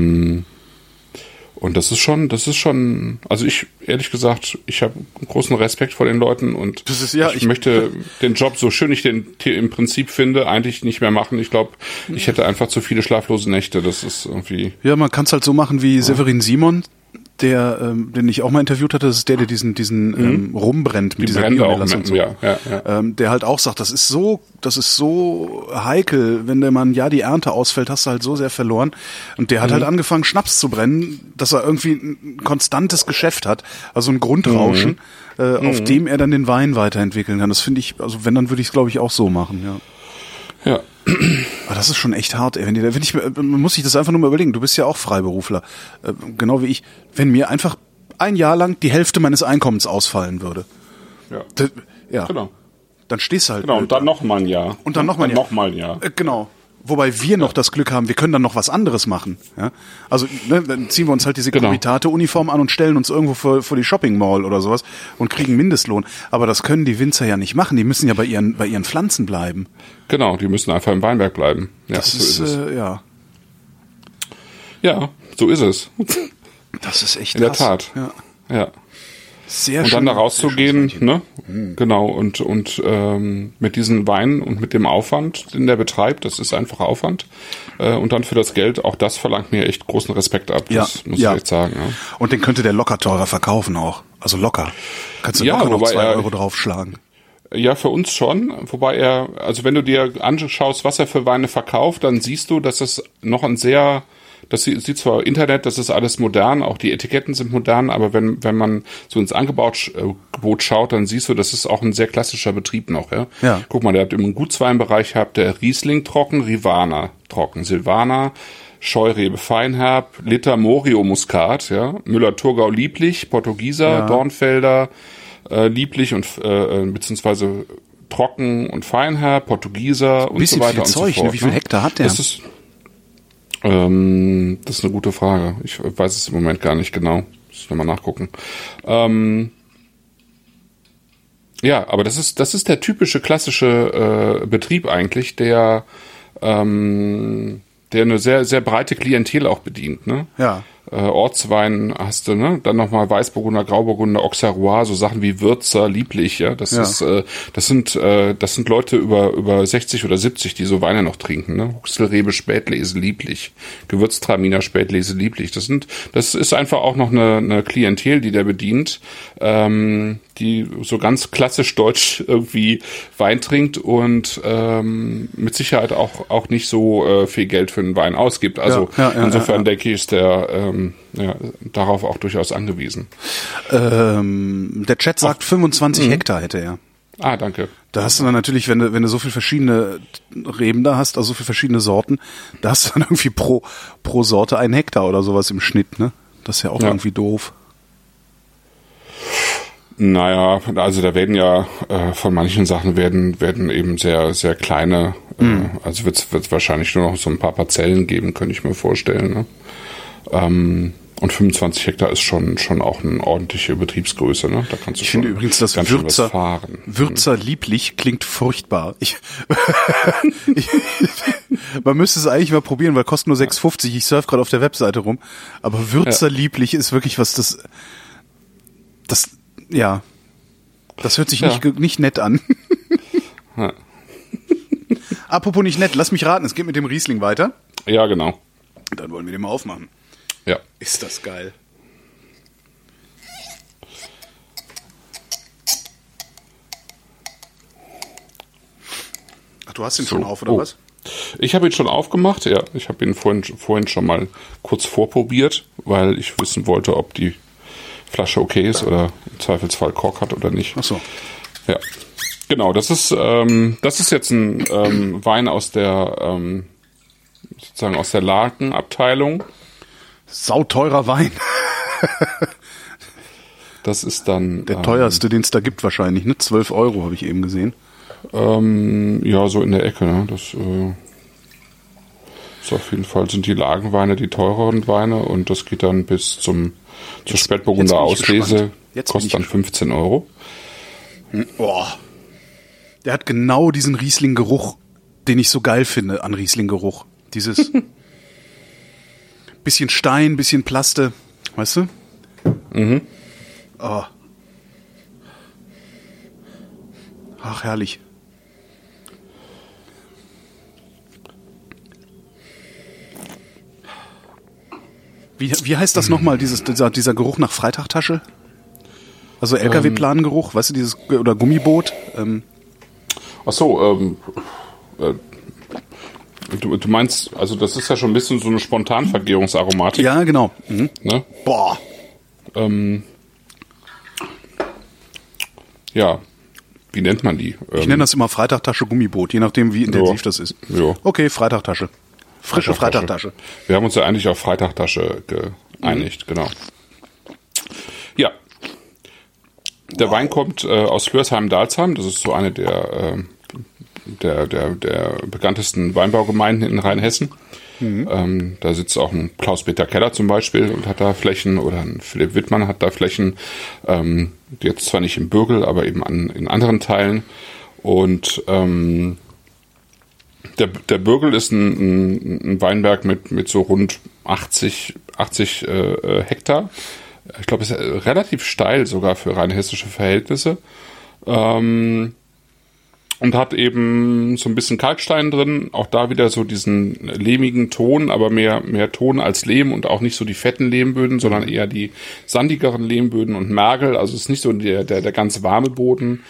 Und das ist schon, also ich, ehrlich gesagt, ich habe großen Respekt vor den Leuten und ich möchte den Job, so schön ich den im Prinzip finde, eigentlich nicht mehr machen. Ich glaube, ich hätte einfach zu viele schlaflose Nächte. Das ist irgendwie. Ja, man kann es halt so machen wie Severin Simon, den ich auch mal interviewt hatte, das ist der rumbrennt mit dieser Biomelas und so. Ja. Der halt auch sagt, das ist so heikel, wenn der Mann die Ernte ausfällt, hast du halt so sehr verloren. Und der hat halt angefangen, Schnaps zu brennen, dass er irgendwie ein konstantes Geschäft hat, also ein Grundrauschen, auf dem er dann den Wein weiterentwickeln kann. Das finde ich, also wenn, dann würde ich es, glaube ich, auch so machen, ja. Ja. Aber das ist schon echt hart, ey. Man muss sich das einfach nur mal überlegen. Du bist ja auch Freiberufler, genau wie ich. Wenn mir einfach ein Jahr lang die Hälfte meines Einkommens ausfallen würde. Ja. Genau. Dann stehst du halt. Genau, und dann noch mal ein Jahr. Und dann noch mal ein Jahr. Genau. Wobei wir noch das Glück haben, wir können dann noch was anderes machen. Ja? Also dann ziehen wir uns halt diese Komitate-Uniform an und stellen uns irgendwo vor die Shopping Mall oder sowas und kriegen Mindestlohn. Aber das können die Winzer ja nicht machen. Die müssen ja bei ihren Pflanzen bleiben. Genau, die müssen einfach im Weinberg bleiben. Ja, das ist es. Ja, so ist es. Das ist echt in der Tat. Ja. Sehr und schön, dann da rauszugehen, ne? Genau, und mit diesen Weinen und mit dem Aufwand, den der betreibt, das ist einfach Aufwand. Und dann für das Geld, auch das verlangt mir echt großen Respekt ab, das muss ich echt sagen. Ja. Und den könnte der locker teurer verkaufen auch. Also locker. Kannst du locker noch 2 Euro draufschlagen. Ja, für uns schon. Wobei also wenn du dir anschaust, was er für Weine verkauft, dann siehst du, dass es noch das sieht zwar Internet, das ist alles modern, auch die Etiketten sind modern, aber wenn man so ins Angebot schaut, dann siehst du, das ist auch ein sehr klassischer Betrieb noch. Ja. Guck mal, der hat im Gutsweinbereich der Riesling trocken, Rivana trocken, Silvaner, Scheurebe Feinherb, Liter Morio Muscat, ja, Müller-Thurgau lieblich, Portugieser, Dornfelder lieblich und beziehungsweise trocken und Feinherb, Portugieser und so weiter und so fort. Ne? Wie viel Hektar hat der? Das ist eine gute Frage. Ich weiß es im Moment gar nicht genau. Muss ich nochmal nachgucken. Ja, aber das ist der typische klassische Betrieb eigentlich, der eine sehr, sehr breite Klientel auch bedient, ne? Ja. Ortswein hast du, ne? Dann nochmal Weißburgunder, Grauburgunder, Auxerrois, so Sachen wie Würzer, Lieblich, ja. Das sind Leute über 60 oder 70, die so Weine noch trinken, ne? Huxelrebe, Spätlese, Lieblich, Gewürztraminer, Spätlese, Lieblich. Das ist einfach auch noch eine Klientel, die der bedient, die so ganz klassisch deutsch irgendwie Wein trinkt und mit Sicherheit auch nicht so viel Geld für einen Wein ausgibt. Also insofern denke ich, ist der darauf auch durchaus angewiesen. Der Chat sagt 25 Hektar hätte er. Ah, danke. Da hast du dann natürlich, wenn du so viel verschiedene Reben da hast, also so viel verschiedene Sorten, da hast du dann irgendwie pro Sorte 1 Hektar oder sowas im Schnitt, ne? Das ist ja auch irgendwie doof. Naja, also da werden ja von manchen Sachen werden eben sehr, sehr kleine, also wird's wahrscheinlich nur noch so ein paar Parzellen geben, könnte ich mir vorstellen, ne? Und 25 Hektar ist schon auch eine ordentliche Betriebsgröße, ne? Da kannst du ich finde übrigens, das Würzer Lieblich klingt furchtbar. Man müsste es eigentlich mal probieren, weil kostet nur 6,50. Ich surfe gerade auf der Webseite rum. Aber Würzer Lieblich ist wirklich was, das hört sich nicht nett an. Ja. Apropos nicht nett, lass mich raten, es geht mit dem Riesling weiter. Ja, genau. Dann wollen wir den mal aufmachen. Ja. Ist das geil. Ach, du hast ihn schon auf, oder was? Ich habe ihn schon aufgemacht, ja. Ich habe ihn vorhin schon mal kurz vorprobiert, weil ich wissen wollte, ob die Flasche okay ist oder im Zweifelsfall Kork hat oder nicht. Ach so. Ja. Genau, das ist jetzt ein Wein aus der sozusagen aus der Lagenabteilung. Sauteurer Wein. Das ist dann der teuerste, den es da gibt wahrscheinlich, ne? 12 Euro habe ich eben gesehen. Ja, so in der Ecke, ne? Das ist auf jeden Fall, sind die Lagenweine die teureren Weine und das geht dann bis zur Spätburgunder Auslese, kostet dann 15 Euro. Boah. Der hat genau diesen Riesling-Geruch, den ich so geil finde an Riesling-Geruch. Dieses bisschen Stein, bisschen Plaste, weißt du? Mhm. Oh. Ach, herrlich. Wie heißt das nochmal, dieser Geruch nach Freitagtasche? Also LKW-Plangeruch, weißt du, oder Gummiboot? Ach so, du meinst, also das ist ja schon ein bisschen so eine Spontanvergärungsaromatik. Ja, genau. Mhm. Ne? Boah. Ja, wie nennt man die? Ich nenne das immer Freitagtasche Gummiboot, je nachdem, wie intensiv das ist. Jo. Okay, Freitagtasche. Frische Freitagtasche. Wir haben uns ja eigentlich auf Freitagtasche geeinigt, genau. Ja. Der Wein kommt aus Flörsheim-Dalsheim. Das ist so eine der bekanntesten Weinbaugemeinden in Rheinhessen. Mhm. Da sitzt auch ein Klaus-Peter Keller zum Beispiel und hat da Flächen, oder ein Philipp Wittmann hat da Flächen, jetzt zwar nicht im Bürgel, aber eben in anderen Teilen. Und der Bürgel ist ein Weinberg mit so rund 80 Hektar. Ich glaube, es ist relativ steil sogar für rheinhessische Verhältnisse. Und hat eben so ein bisschen Kalkstein drin, auch da wieder so diesen lehmigen Ton, aber mehr Ton als Lehm und auch nicht so die fetten Lehmböden, sondern eher die sandigeren Lehmböden und Mergel, also es ist nicht so der ganz warme Boden,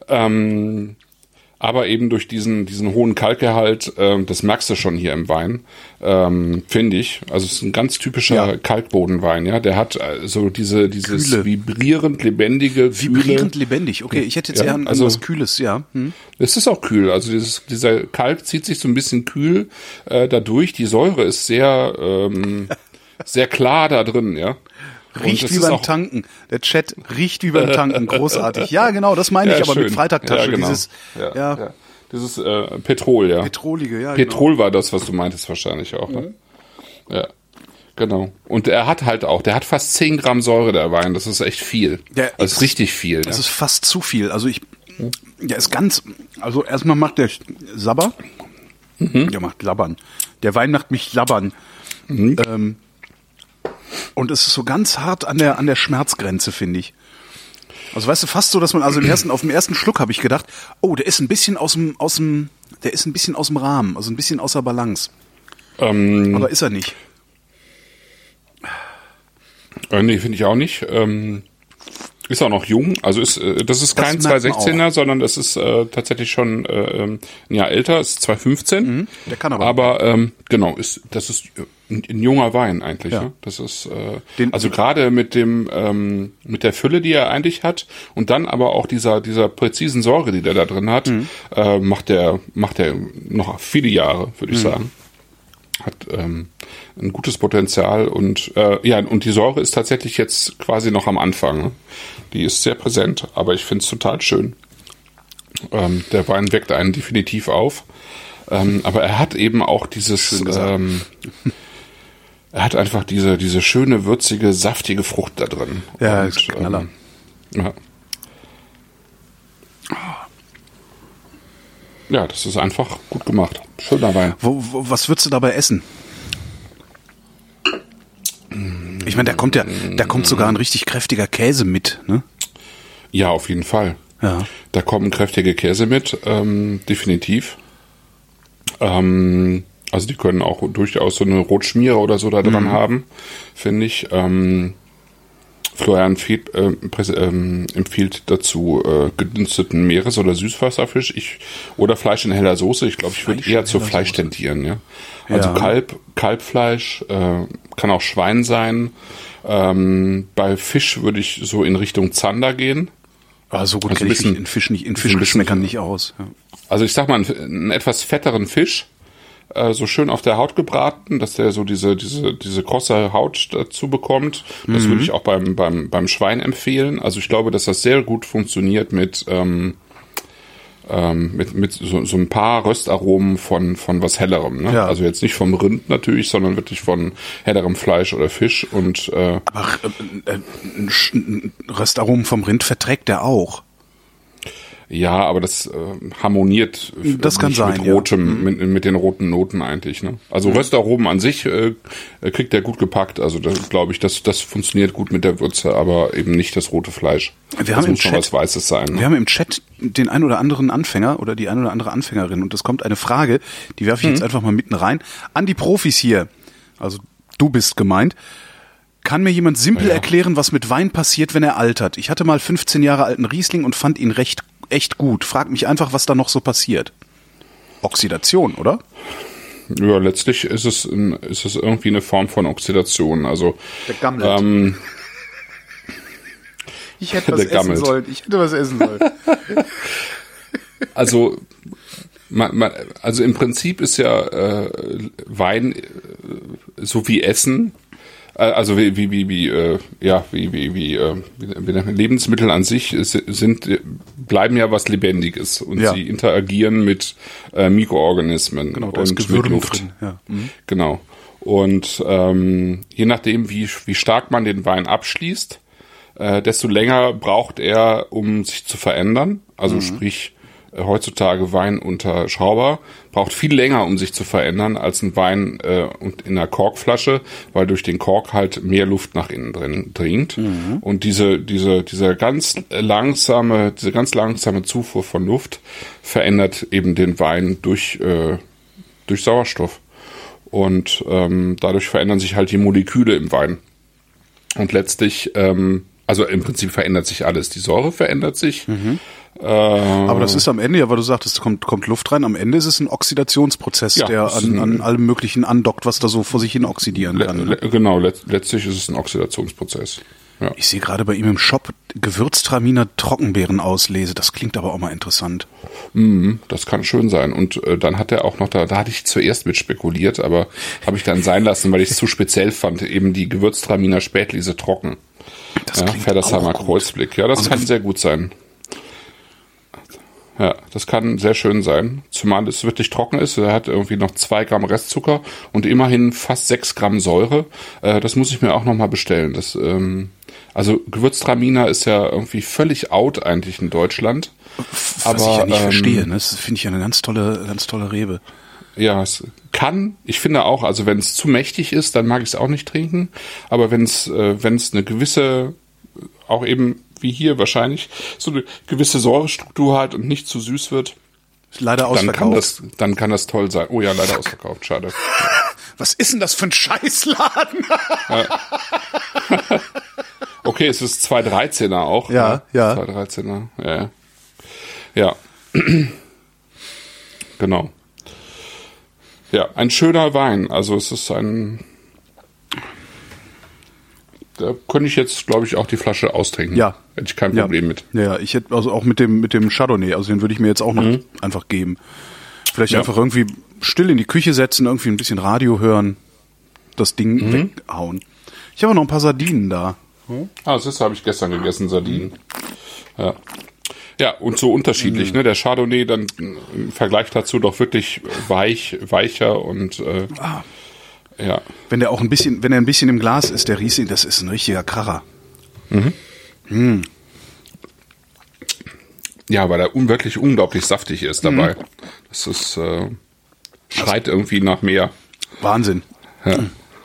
aber eben durch diesen hohen Kalkgehalt, das merkst du schon hier im Wein, finde ich. Also es ist ein ganz typischer Kalkbodenwein, ja. Der hat so dieses Kühle. Vibrierend lebendige Kühle. Vibrierend lebendig, okay. Ich hätte jetzt eher was Kühles, ja. Es ist auch kühl. Also dieser Kalk zieht sich so ein bisschen kühl dadurch. Die Säure ist sehr sehr klar da drin, ja. Riecht wie beim Tanken. Der Chat riecht wie beim Tanken. Großartig. Ja, genau, das meine ich aber schön. Mit Freitagtasche. Ja, genau. Dieses Petrol, ja. Petrolige, ja. Petrol war das, was du meintest wahrscheinlich auch, ne? Ja, genau. Und der hat fast 10 Gramm Säure, der Wein. Das ist echt viel. Das ist richtig viel. Das ist fast zu viel. Also also erstmal macht der Sabber. Der macht Labbern. Der Wein macht mich labbern. Und es ist so ganz hart an der Schmerzgrenze, finde ich. Also weißt du, fast so, dass man auf dem ersten Schluck habe ich gedacht, oh, der ist ein bisschen aus dem Rahmen, also ein bisschen außer Balance. Aber ist er nicht. Nee, finde ich auch nicht. Ist auch noch jung, also das ist kein 216er, sondern das ist tatsächlich schon ein Jahr älter, ist 215. Der kann aber. Aber genau, das ist ein junger Wein eigentlich. Ja. Ne? Das ist also gerade mit der Fülle, die er eigentlich hat, und dann aber auch dieser präzisen Säure, die der da drin hat, macht der noch viele Jahre, würde ich sagen. Hat ein gutes Potenzial und und die Säure ist tatsächlich jetzt quasi noch am Anfang. Ne? Die ist sehr präsent, aber ich finde es total schön. Der Wein weckt einen definitiv auf, aber er hat eben auch dieses, er hat einfach diese schöne, würzige, saftige Frucht da drin. Ja, und, ist ein Knaller. Ja, das ist einfach gut gemacht. Schöner Wein. Was würdest du dabei essen? Ich meine, da kommt sogar ein richtig kräftiger Käse mit, ne? Ja, auf jeden Fall. Ja. Da kommen kräftige Käse mit, definitiv. Also die können auch durchaus so eine Rotschmiere oder so da dran haben, finde ich. Florian empfiehlt dazu gedünsteten Meeres- oder Süßwasserfisch oder Fleisch in heller Soße. Ich glaube, ich würde eher zu Fleisch tendieren. Ja? Also Kalbfleisch, kann auch Schwein sein. Bei Fisch würde ich so in Richtung Zander gehen. So gut kenne ich mich in Fischgeschmäckern nicht aus. Ja. Also ich sag mal, einen etwas fetteren Fisch, so schön auf der Haut gebraten, dass der so diese krosse Haut dazu bekommt. Das würde ich auch beim Schwein empfehlen. Also ich glaube, dass das sehr gut funktioniert mit so ein paar Röstaromen von was Hellerem. Ne? Ja. Also jetzt nicht vom Rind natürlich, sondern wirklich von hellerem Fleisch oder Fisch. Und aber Röstaromen vom Rind verträgt der auch. Ja, aber das harmoniert das kann sein, mit rotem, mit den roten Noten eigentlich. Ne? Also Röstaromen an sich kriegt er gut gepackt. Also da glaube ich, das funktioniert gut mit der Würze, aber eben nicht das rote Fleisch. Das muss schon was Weißes sein. Ne? Wir haben im Chat den ein oder anderen Anfänger oder die ein oder andere Anfängerin und es kommt eine Frage, die werfe ich jetzt einfach mal mitten rein. An die Profis hier, also du bist gemeint. Kann mir jemand simpel erklären, was mit Wein passiert, wenn er altert? Ich hatte mal 15 Jahre alten Riesling und fand ihn echt gut. Frag mich einfach, was da noch so passiert. Oxidation, oder? Ja, letztlich ist es irgendwie eine Form von Oxidation. Also der Gammelt. Ich hätte was essen sollen. Also im Prinzip ist ja Wein so wie Essen. Also wie Lebensmittel an sich bleiben ja was Lebendiges und sie interagieren mit Mikroorganismen genau, da und ist Gewürm mit Luft. Drin. Ja. Genau. Und je nachdem, wie stark man den Wein abschließt, desto länger braucht er, um sich zu verändern. Also sprich, heutzutage Wein unter Schrauber braucht viel länger, um sich zu verändern, als ein Wein in einer Korkflasche, weil durch den Kork halt mehr Luft nach innen drin dringt. Und diese ganz langsame Zufuhr von Luft verändert eben den Wein durch Sauerstoff. Und dadurch verändern sich halt die Moleküle im Wein. Und letztlich, also im Prinzip verändert sich alles. Die Säure verändert sich. Aber das ist am Ende, ja, weil du sagtest, kommt Luft rein, am Ende ist es ein Oxidationsprozess, der an allem Möglichen andockt, was da so vor sich hin oxidieren kann. Genau, letztlich ist es ein Oxidationsprozess. Ja. Ich sehe gerade bei ihm im Shop Gewürztraminer Trockenbeerenauslese, das klingt aber auch mal interessant. Das kann schön sein. Und dann hat er auch noch, da hatte ich zuerst mit spekuliert, aber habe ich dann sein lassen, weil ich es zu speziell fand, eben die Gewürztraminer Spätlese trocken. Das klingt Feddersheimer Kreuzblick. Ja, das kann sehr gut sein. Ja, das kann sehr schön sein, zumal es wirklich trocken ist. Er hat irgendwie noch 2 Gramm Restzucker und immerhin fast 6 Gramm Säure. Das muss ich mir auch nochmal bestellen. Also Gewürztraminer ist ja irgendwie völlig out eigentlich in Deutschland. Was ich ja nicht verstehe, ne? Das finde ich ja eine ganz tolle Rebe. Ja, es kann, ich finde auch, also wenn es zu mächtig ist, dann mag ich es auch nicht trinken. Aber wenn es eine gewisse, auch eben wie hier wahrscheinlich, so eine gewisse Säurestruktur hat und nicht zu süß wird, ist leider ausverkauft. Dann kann das toll sein. Oh ja, leider ausverkauft, schade. Was ist denn das für ein Scheißladen? Okay, es ist 2,13er auch. Ja, ne? ja. 2,13er, ja. Ja. Genau. Ja, ein schöner Wein. Also es ist da könnte ich jetzt, glaube ich, auch die Flasche austrinken. Ja. Hätte ich kein Problem mit. Ja, ich hätte also auch mit dem Chardonnay, also den würde ich mir jetzt auch noch einfach geben. Vielleicht einfach irgendwie still in die Küche setzen, irgendwie ein bisschen Radio hören, das Ding weghauen. Ich habe noch ein paar Sardinen da. Das habe ich gestern gegessen, Sardinen. Ja. Ja, und so unterschiedlich, ne? Der Chardonnay dann im Vergleich dazu doch wirklich weicher und ja. Wenn er ein bisschen im Glas ist, der Riesling, das ist ein richtiger Kracher. Ja, weil er wirklich unglaublich saftig ist dabei. Das ist schreit irgendwie nach mehr. Wahnsinn. Ja.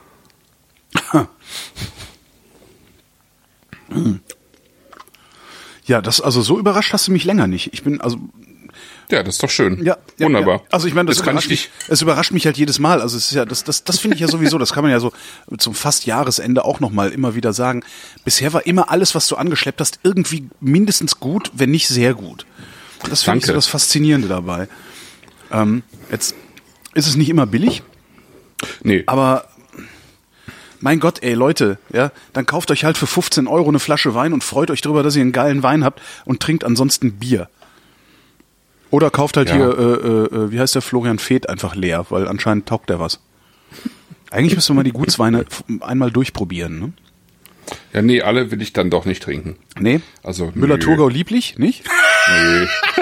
Ja, also so überrascht hast du mich länger nicht. Ja, das ist doch schön. Ja, wunderbar. Ja. Also ich meine, es überrascht mich halt jedes Mal. Also es ist ja, das finde ich ja sowieso, das kann man ja so zum fast Jahresende auch nochmal immer wieder sagen. Bisher war immer alles, was du angeschleppt hast, irgendwie mindestens gut, wenn nicht sehr gut. Das finde ich so das Faszinierende dabei. Jetzt ist es nicht immer billig. Nee. Aber mein Gott, ey, Leute, ja, dann kauft euch halt für 15 € eine Flasche Wein und freut euch drüber, dass ihr einen geilen Wein habt und trinkt ansonsten Bier. Oder kauft halt hier, wie heißt der, Florian Feth einfach leer, weil anscheinend taugt der was. Eigentlich müsste man mal die Gutsweine einmal durchprobieren, ne? Ja, nee, alle will ich dann doch nicht trinken. Nee? Also Müller-Thurgau lieblich, nicht? Nee.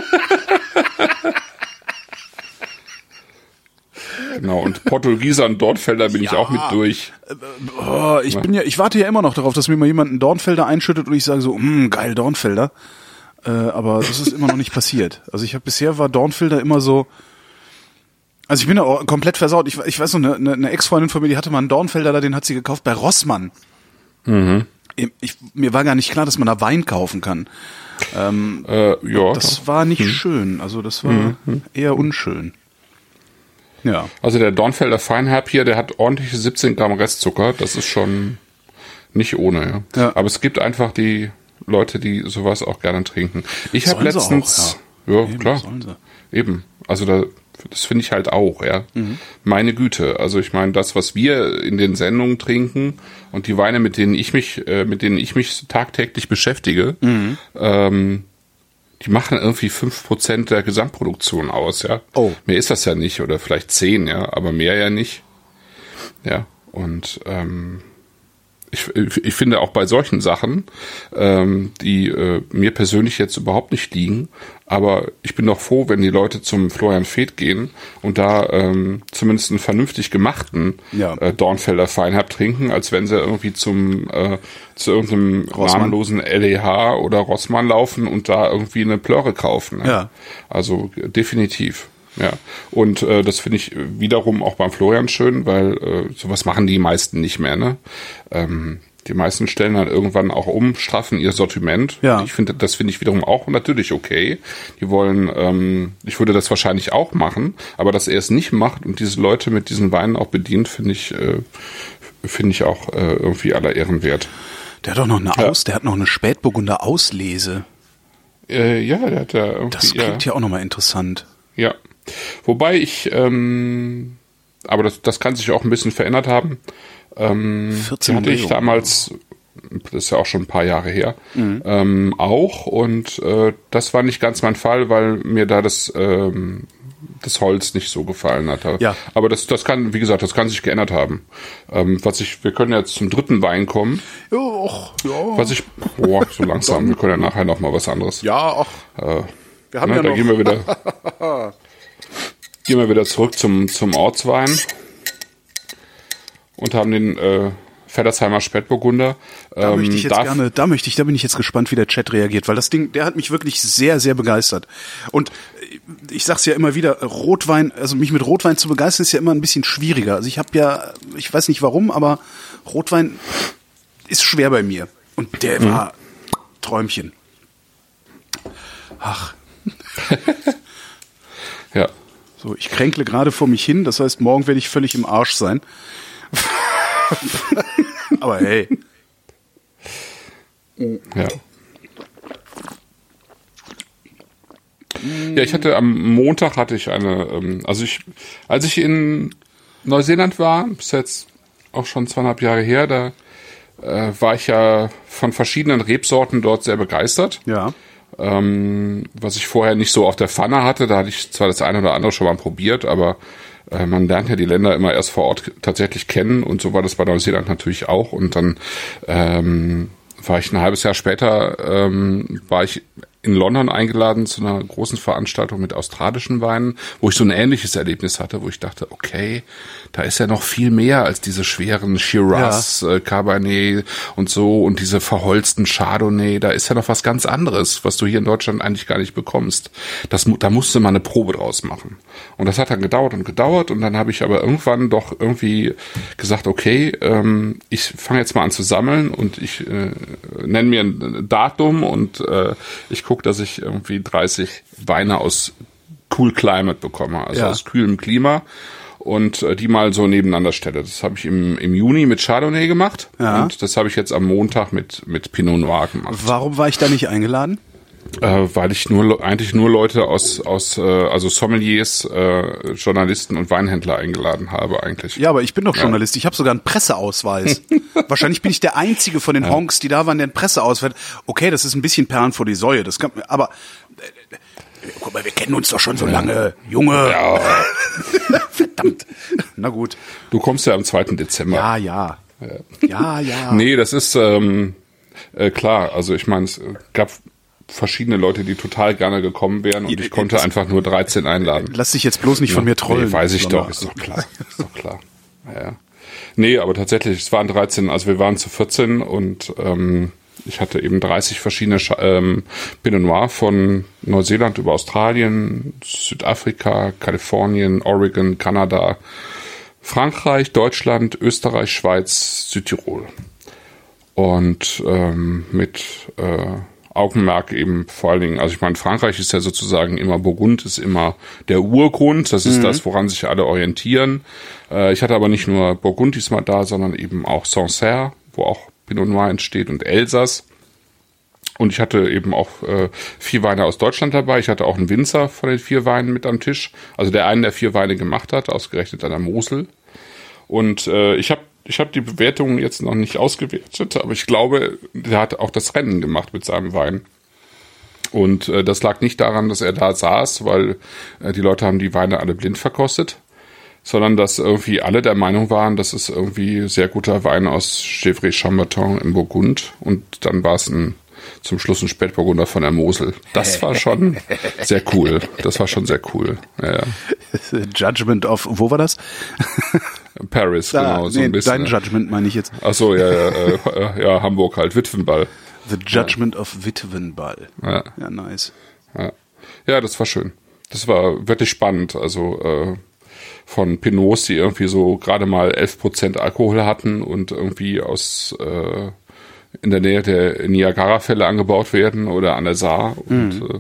Genau, und Portugieser und Dornfelder bin ich auch mit durch. Ich warte ja immer noch darauf, dass mir mal jemand einen Dornfelder einschüttet und ich sage so, geil, Dornfelder. Aber das ist immer noch nicht passiert. Also bisher war Dornfelder immer so, also ich bin da auch komplett versaut. Ich weiß noch, eine Ex-Freundin von mir, die hatte mal einen Dornfelder da, den hat sie gekauft bei Rossmann. Mir war gar nicht klar, dass man da Wein kaufen kann. Das war nicht schön. Also das war eher unschön. Ja. Also der Dornfelder Feinherb hier, der hat ordentliche 17 Gramm Restzucker. Das ist schon nicht ohne. Ja. Aber es gibt einfach die Leute, die sowas auch gerne trinken. Ich habe letztens... Auch, ja, eben, klar. Eben. Also das finde ich halt auch, ja. Meine Güte. Also ich meine, das, was wir in den Sendungen trinken und die Weine, mit denen ich mich tagtäglich beschäftige, die machen irgendwie 5% der Gesamtproduktion aus, ja. Oh. Mehr ist das ja nicht, oder vielleicht 10, ja, aber mehr ja nicht. Ja, und ich finde auch bei solchen Sachen, die mir persönlich jetzt überhaupt nicht liegen, aber ich bin doch froh, wenn die Leute zum Florian Feth gehen und da zumindest einen vernünftig gemachten Dornfelder Feinherb trinken, als wenn sie irgendwie zu irgendeinem namenlosen LEH oder Rossmann laufen und da irgendwie eine Plörre kaufen. Ne? Ja. Also definitiv. Ja, und das finde ich wiederum auch beim Florian schön, weil sowas machen die meisten nicht mehr, ne? Die meisten stellen dann irgendwann auch straffen ihr Sortiment. Ja. Das finde ich wiederum auch natürlich okay. Die wollen, ich würde das wahrscheinlich auch machen, aber dass er es nicht macht und diese Leute mit diesen Weinen auch bedient, finde ich auch irgendwie aller Ehren wert. Der hat doch noch der hat noch eine Spätburgunder Auslese. Ja, der hat ja irgendwie. Das klingt ja auch nochmal interessant. Ja. Wobei aber das kann sich auch ein bisschen verändert haben. 14 hatte ich damals, das ist ja auch schon ein paar Jahre her, auch, und das war nicht ganz mein Fall, weil mir da das Holz nicht so gefallen hat. Ja. Aber das kann, wie gesagt, das kann sich geändert haben. Wir können jetzt zum dritten Wein kommen. Ja. So langsam, wir können ja nachher noch mal was anderes. Ja, wir haben ja da noch. Gehen wir wieder zurück zum Ortswein und haben den Feddersheimer Spätburgunder. Da bin ich jetzt gespannt, wie der Chat reagiert, weil das Ding, der hat mich wirklich sehr, sehr begeistert. Und ich sag's ja immer wieder, Rotwein, also mich mit Rotwein zu begeistern, ist ja immer ein bisschen schwieriger. Also ich weiß nicht warum, aber Rotwein ist schwer bei mir. Und der war Träumchen. Ach. Ja. So, ich kränkle gerade vor mich hin, das heißt, morgen werde ich völlig im Arsch sein. Aber hey. Ja. Ja, am Montag hatte ich als ich in Neuseeland war, ist jetzt auch schon 2,5 Jahre her, da war ich ja von verschiedenen Rebsorten dort sehr begeistert. Ja. Was ich vorher nicht so auf der Pfanne hatte, da hatte ich zwar das eine oder andere schon mal probiert, aber man lernt ja die Länder immer erst vor Ort tatsächlich kennen und so war das bei Neuseeland natürlich auch. Und dann war ich ein halbes Jahr später, war ich in London eingeladen zu einer großen Veranstaltung mit australischen Weinen, wo ich so ein ähnliches Erlebnis hatte, wo ich dachte, okay, da ist ja noch viel mehr als diese schweren Shiraz, Cabernet und so und diese verholzten Chardonnay, da ist ja noch was ganz anderes, was du hier in Deutschland eigentlich gar nicht bekommst. Da musste man eine Probe draus machen. Und das hat dann gedauert und dann habe ich aber irgendwann doch irgendwie gesagt, okay, ich fange jetzt mal an zu sammeln und ich nenne mir ein Datum und ich gucke, dass ich irgendwie 30 Weine aus Cool Climate bekomme, also aus kühlem Klima und die mal so nebeneinander stelle. Das habe ich im Juni mit Chardonnay gemacht und das habe ich jetzt am Montag mit Pinot Noir gemacht. Warum war ich da nicht eingeladen? Weil ich eigentlich nur Leute also Sommeliers, Journalisten und Weinhändler eingeladen habe eigentlich. Ja, aber ich bin doch Journalist. Ich habe sogar einen Presseausweis. Wahrscheinlich bin ich der Einzige von den Honks, die da waren, der einen Presseausweis. Okay, das ist ein bisschen Perlen vor die Säue. Aber guck mal, wir kennen uns doch schon so lange, Junge. Ja. Verdammt. Na gut. Du kommst ja am 2. Dezember. Ja. Nee, das ist klar. Also ich meine, es gab verschiedene Leute, die total gerne gekommen wären und ich konnte einfach nur 13 einladen. Lass dich jetzt bloß nicht von mir trollen. Nee, weiß ich doch, ist doch klar. Ja. Nee, aber tatsächlich, es waren 13, also wir waren zu 14 und ich hatte eben 30 verschiedene Pinot Noir von Neuseeland über Australien, Südafrika, Kalifornien, Oregon, Kanada, Frankreich, Deutschland, Österreich, Schweiz, Südtirol. Und mit Augenmerk eben vor allen Dingen, also ich meine, Frankreich ist ja sozusagen immer Burgund, ist immer der Urgrund, das ist das, woran sich alle orientieren. Ich hatte aber nicht nur Burgund diesmal da, sondern eben auch Sancerre, wo auch Pinot Noir entsteht und Elsass. Und ich hatte eben auch 4 Weine aus Deutschland dabei. Ich hatte auch einen Winzer von den 4 Weinen mit am Tisch, also der einen der 4 Weine gemacht hat, ausgerechnet an der Mosel. Und ich habe die Bewertungen jetzt noch nicht ausgewertet, aber ich glaube, der hat auch das Rennen gemacht mit seinem Wein. Und das lag nicht daran, dass er da saß, weil die Leute haben die Weine alle blind verkostet, sondern dass irgendwie alle der Meinung waren, das ist irgendwie sehr guter Wein aus Gevrey-Chambertin im Burgund. Und dann war es zum Schluss ein Spätburgunder von der Mosel. Das war schon sehr cool. Ja. Judgment of, wo war das? Paris, genau, so ein bisschen. Dein Judgment meine ich jetzt. Ach so, ja, Hamburg halt, Witwenball. The Judgment of Witwenball. Ja, nice. Ja, das war schön. Das war wirklich spannend, also von Pinots, die irgendwie so gerade mal 11% Alkohol hatten und irgendwie in der Nähe der Niagara-Fälle angebaut werden oder an der Saar. Und,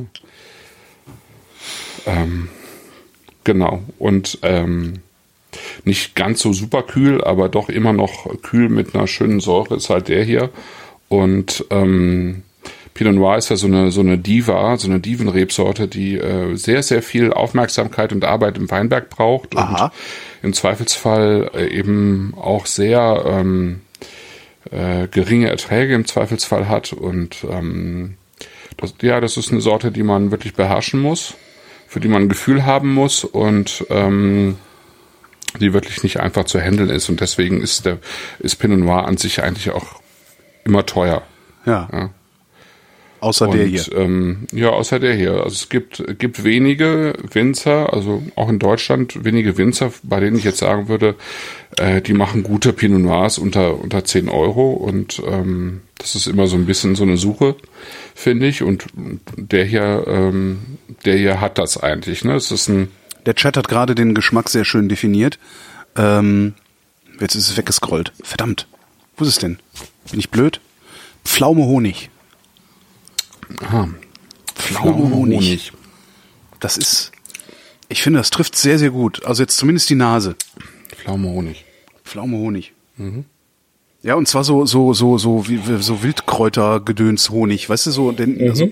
genau. Und nicht ganz so super kühl, aber doch immer noch kühl mit einer schönen Säure ist halt der hier. Und Pinot Noir ist ja so eine Diva, so eine Divenrebsorte, die sehr, sehr viel Aufmerksamkeit und Arbeit im Weinberg braucht und im Zweifelsfall eben auch sehr geringe Erträge im Zweifelsfall hat. Und das ist eine Sorte, die man wirklich beherrschen muss, für die man ein Gefühl haben muss und die wirklich nicht einfach zu handeln ist. Und deswegen ist Pinot Noir an sich eigentlich auch immer teuer. Ja. Außer der hier. Ja, außer der hier. Also es gibt wenige Winzer, also auch in Deutschland wenige Winzer, bei denen ich jetzt sagen würde, die machen gute Pinot Noirs unter 10 Euro und das ist immer so ein bisschen so eine Suche, finde ich. Und der hier hat das eigentlich. Ne? Es ist der Chat hat gerade den Geschmack sehr schön definiert. Jetzt ist es weggescrollt. Verdammt. Wo ist es denn? Bin ich blöd? Pflaume Honig. Aha. Pflaume Honig. Das ist, ich finde, das trifft sehr, sehr gut. Also jetzt zumindest die Nase. Pflaume Honig. Mhm. Ja, und zwar so Wildkräutergedöns Honig, weißt du, so also.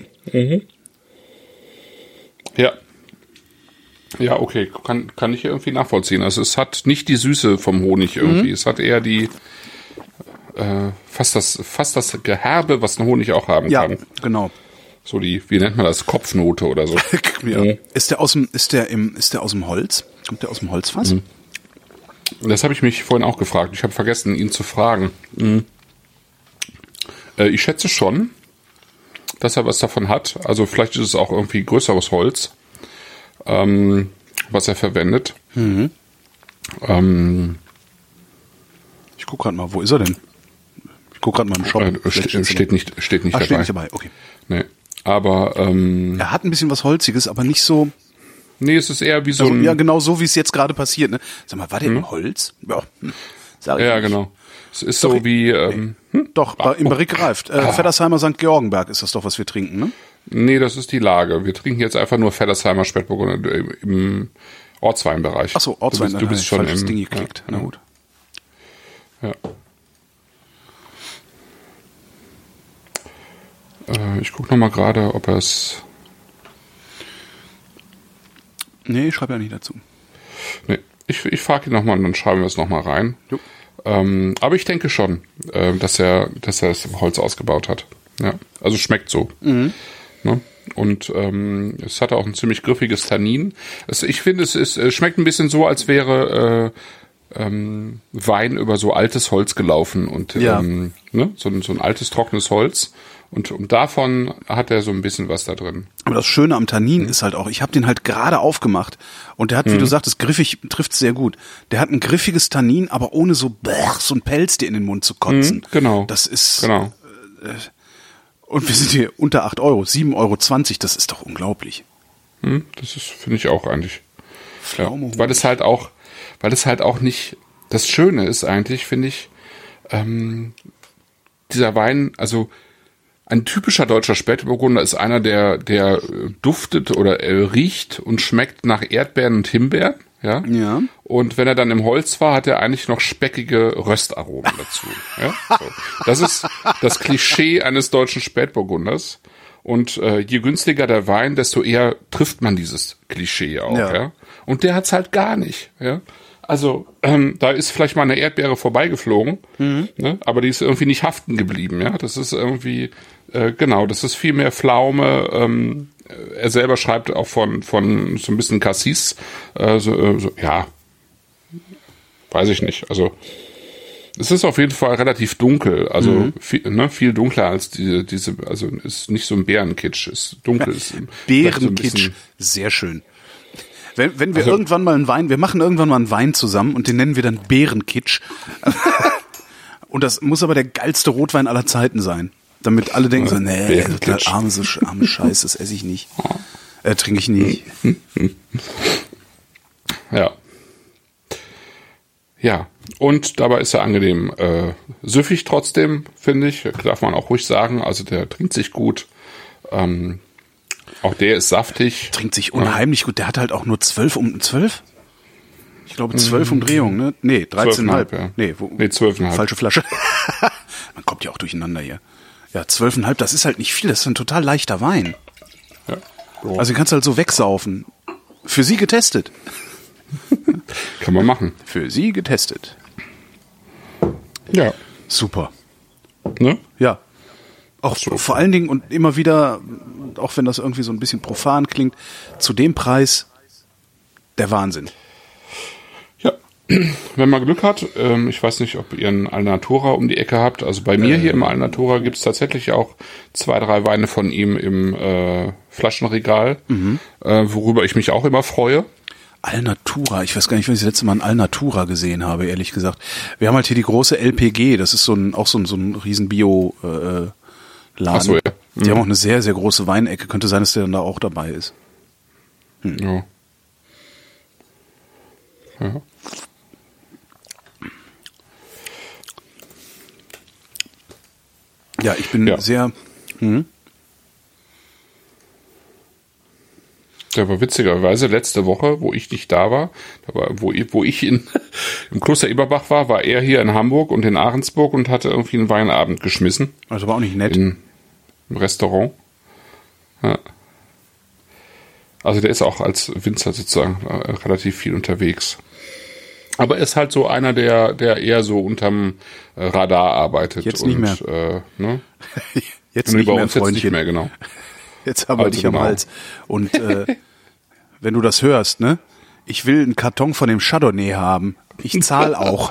Ja. Ja, okay, kann ich irgendwie nachvollziehen. Also es hat nicht die Süße vom Honig irgendwie. Es hat eher die fast das Geherbe, was ein Honig auch haben kann. Ja, genau. So wie nennt man das? Kopfnote oder so. Ja. Ist der aus dem Holz? Kommt der aus dem Holzfass? Mhm. Das habe ich mich vorhin auch gefragt. Ich habe vergessen, ihn zu fragen. Ich schätze schon, dass er was davon hat. Also vielleicht ist es auch irgendwie größeres Holz, was er verwendet. Mhm. Ich gucke gerade mal, wo ist er denn? Ich gucke gerade mal im Shop. Steht nicht dabei. Steht nicht dabei, okay. Nee. Aber er hat ein bisschen was Holziges, aber nicht so. Nee, es ist eher wie so ein. Ja, genau so, wie es jetzt gerade passiert. Ne? Sag mal, war der im Holz? Ja, ja, genau. Es ist doch, so wie. Doch, im Barrique reift. Feddersheimer St. Georgenberg ist das doch, was wir trinken, ne? Nee, das ist die Lage. Wir trinken jetzt einfach nur Feddersheimer Spätburgunder im Ortsweinbereich. Ach so, Ortswein. Du bist schon im Ding geklickt. Ja, na gut. Ja. Ich gucke nochmal gerade, ob er es... Nee, ich schreibe ja nicht dazu. Nee, ich frage ihn nochmal und dann schreiben wir es nochmal rein. Aber ich denke schon, dass er es im Holz ausgebaut hat. Ja, also schmeckt so. Mhm. Ne? Und es hat auch ein ziemlich griffiges Tannin. Ich finde, es schmeckt ein bisschen so, als wäre Wein über so altes Holz gelaufen und ja. So ein altes, trockenes Holz. Und davon hat er so ein bisschen was da drin. Aber das Schöne am Tannin ist halt auch, ich habe den halt gerade aufgemacht und der hat, wie du sagtest, griffig, trifft sehr gut. Der hat ein griffiges Tannin, aber ohne so ein Pelz dir in den Mund zu kotzen. Genau. Das ist, genau. Und wir sind hier unter 8 Euro, 7,20 Euro, das ist doch unglaublich. Das ist, finde ich auch eigentlich. Ja, weil es halt auch nicht, das Schöne ist eigentlich, finde ich, dieser Wein, also ein typischer deutscher Spätburgunder ist einer, der duftet oder riecht und schmeckt nach Erdbeeren und Himbeeren. Ja? Ja. Und wenn er dann im Holz war, hat er eigentlich noch speckige Röstaromen dazu. Ja? So. Das ist das Klischee eines deutschen Spätburgunders. Und je günstiger der Wein, desto eher trifft man dieses Klischee auch. Ja. Ja? Und der hat's halt gar nicht. Ja? Also da ist vielleicht mal eine Erdbeere vorbeigeflogen, ne? Aber die ist irgendwie nicht haften geblieben. Ja, das ist irgendwie das ist viel mehr Pflaume. Er selber schreibt auch von so ein bisschen Cassis. Ja, weiß ich nicht. Also es ist auf jeden Fall relativ dunkel. Also viel dunkler als diese. Also ist nicht so ein Bärenkitsch. Ist dunkel. Ist Bärenkitsch, sehr schön. Wenn wir irgendwann mal wir machen irgendwann mal einen Wein zusammen und den nennen wir dann Bärenkitsch. Und das muss aber der geilste Rotwein aller Zeiten sein. Damit alle denken so, nee, arme Scheiß, das esse ich nicht. Trinke ich nicht. Ja. Ja, und dabei ist er angenehm süffig trotzdem, finde ich. Darf man auch ruhig sagen. Also der trinkt sich gut. Auch der ist saftig. Trinkt sich unheimlich gut. Der hat halt auch nur 12? Ich glaube 12 Umdrehungen, ne? Nee, 13,5. Ja. Nee, 12,5. Falsche Flasche. Man kommt ja auch durcheinander hier. Ja, 12,5, das ist halt nicht viel. Das ist ein total leichter Wein. Ja. So. Also den kannst du halt so wegsaufen. Für Sie getestet. Kann man machen. Für Sie getestet. Ja. Super. Ne? Ja. Auch so. Vor allen Dingen und immer wieder, auch wenn das irgendwie so ein bisschen profan klingt, zu dem Preis der Wahnsinn. Ja, wenn man Glück hat, ich weiß nicht, ob ihr einen Alnatura um die Ecke habt. Also bei mir hier im Alnatura gibt es tatsächlich auch 2, 3 Weine von ihm im Flaschenregal, worüber ich mich auch immer freue. Alnatura, ich weiß gar nicht, wann ich das letzte Mal einen Alnatura gesehen habe, ehrlich gesagt. Wir haben halt hier die große LPG, das ist auch so ein riesen Bio-Laden. Ach so, ja. Die haben auch eine sehr, sehr große Weinecke. Könnte sein, dass der dann da auch dabei ist. Ja. Ja. Ja, ich bin sehr... Der war witzigerweise letzte Woche, wo ich nicht da war, wo ich im Kloster Eberbach war er hier in Hamburg und in Ahrensburg und hatte irgendwie einen Weinabend geschmissen. Also war auch nicht nett. Im Restaurant. Ja. Also der ist auch als Winzer sozusagen relativ viel unterwegs. Aber er ist halt so einer, der eher so unterm Radar arbeitet. Jetzt nicht mehr. Ne? Jetzt nicht mehr, Freundchen. Jetzt nicht mehr, genau. Jetzt haben wir dich am Hals. Und wenn du das hörst, ne? Ich will einen Karton von dem Chardonnay haben. Ich zahle auch.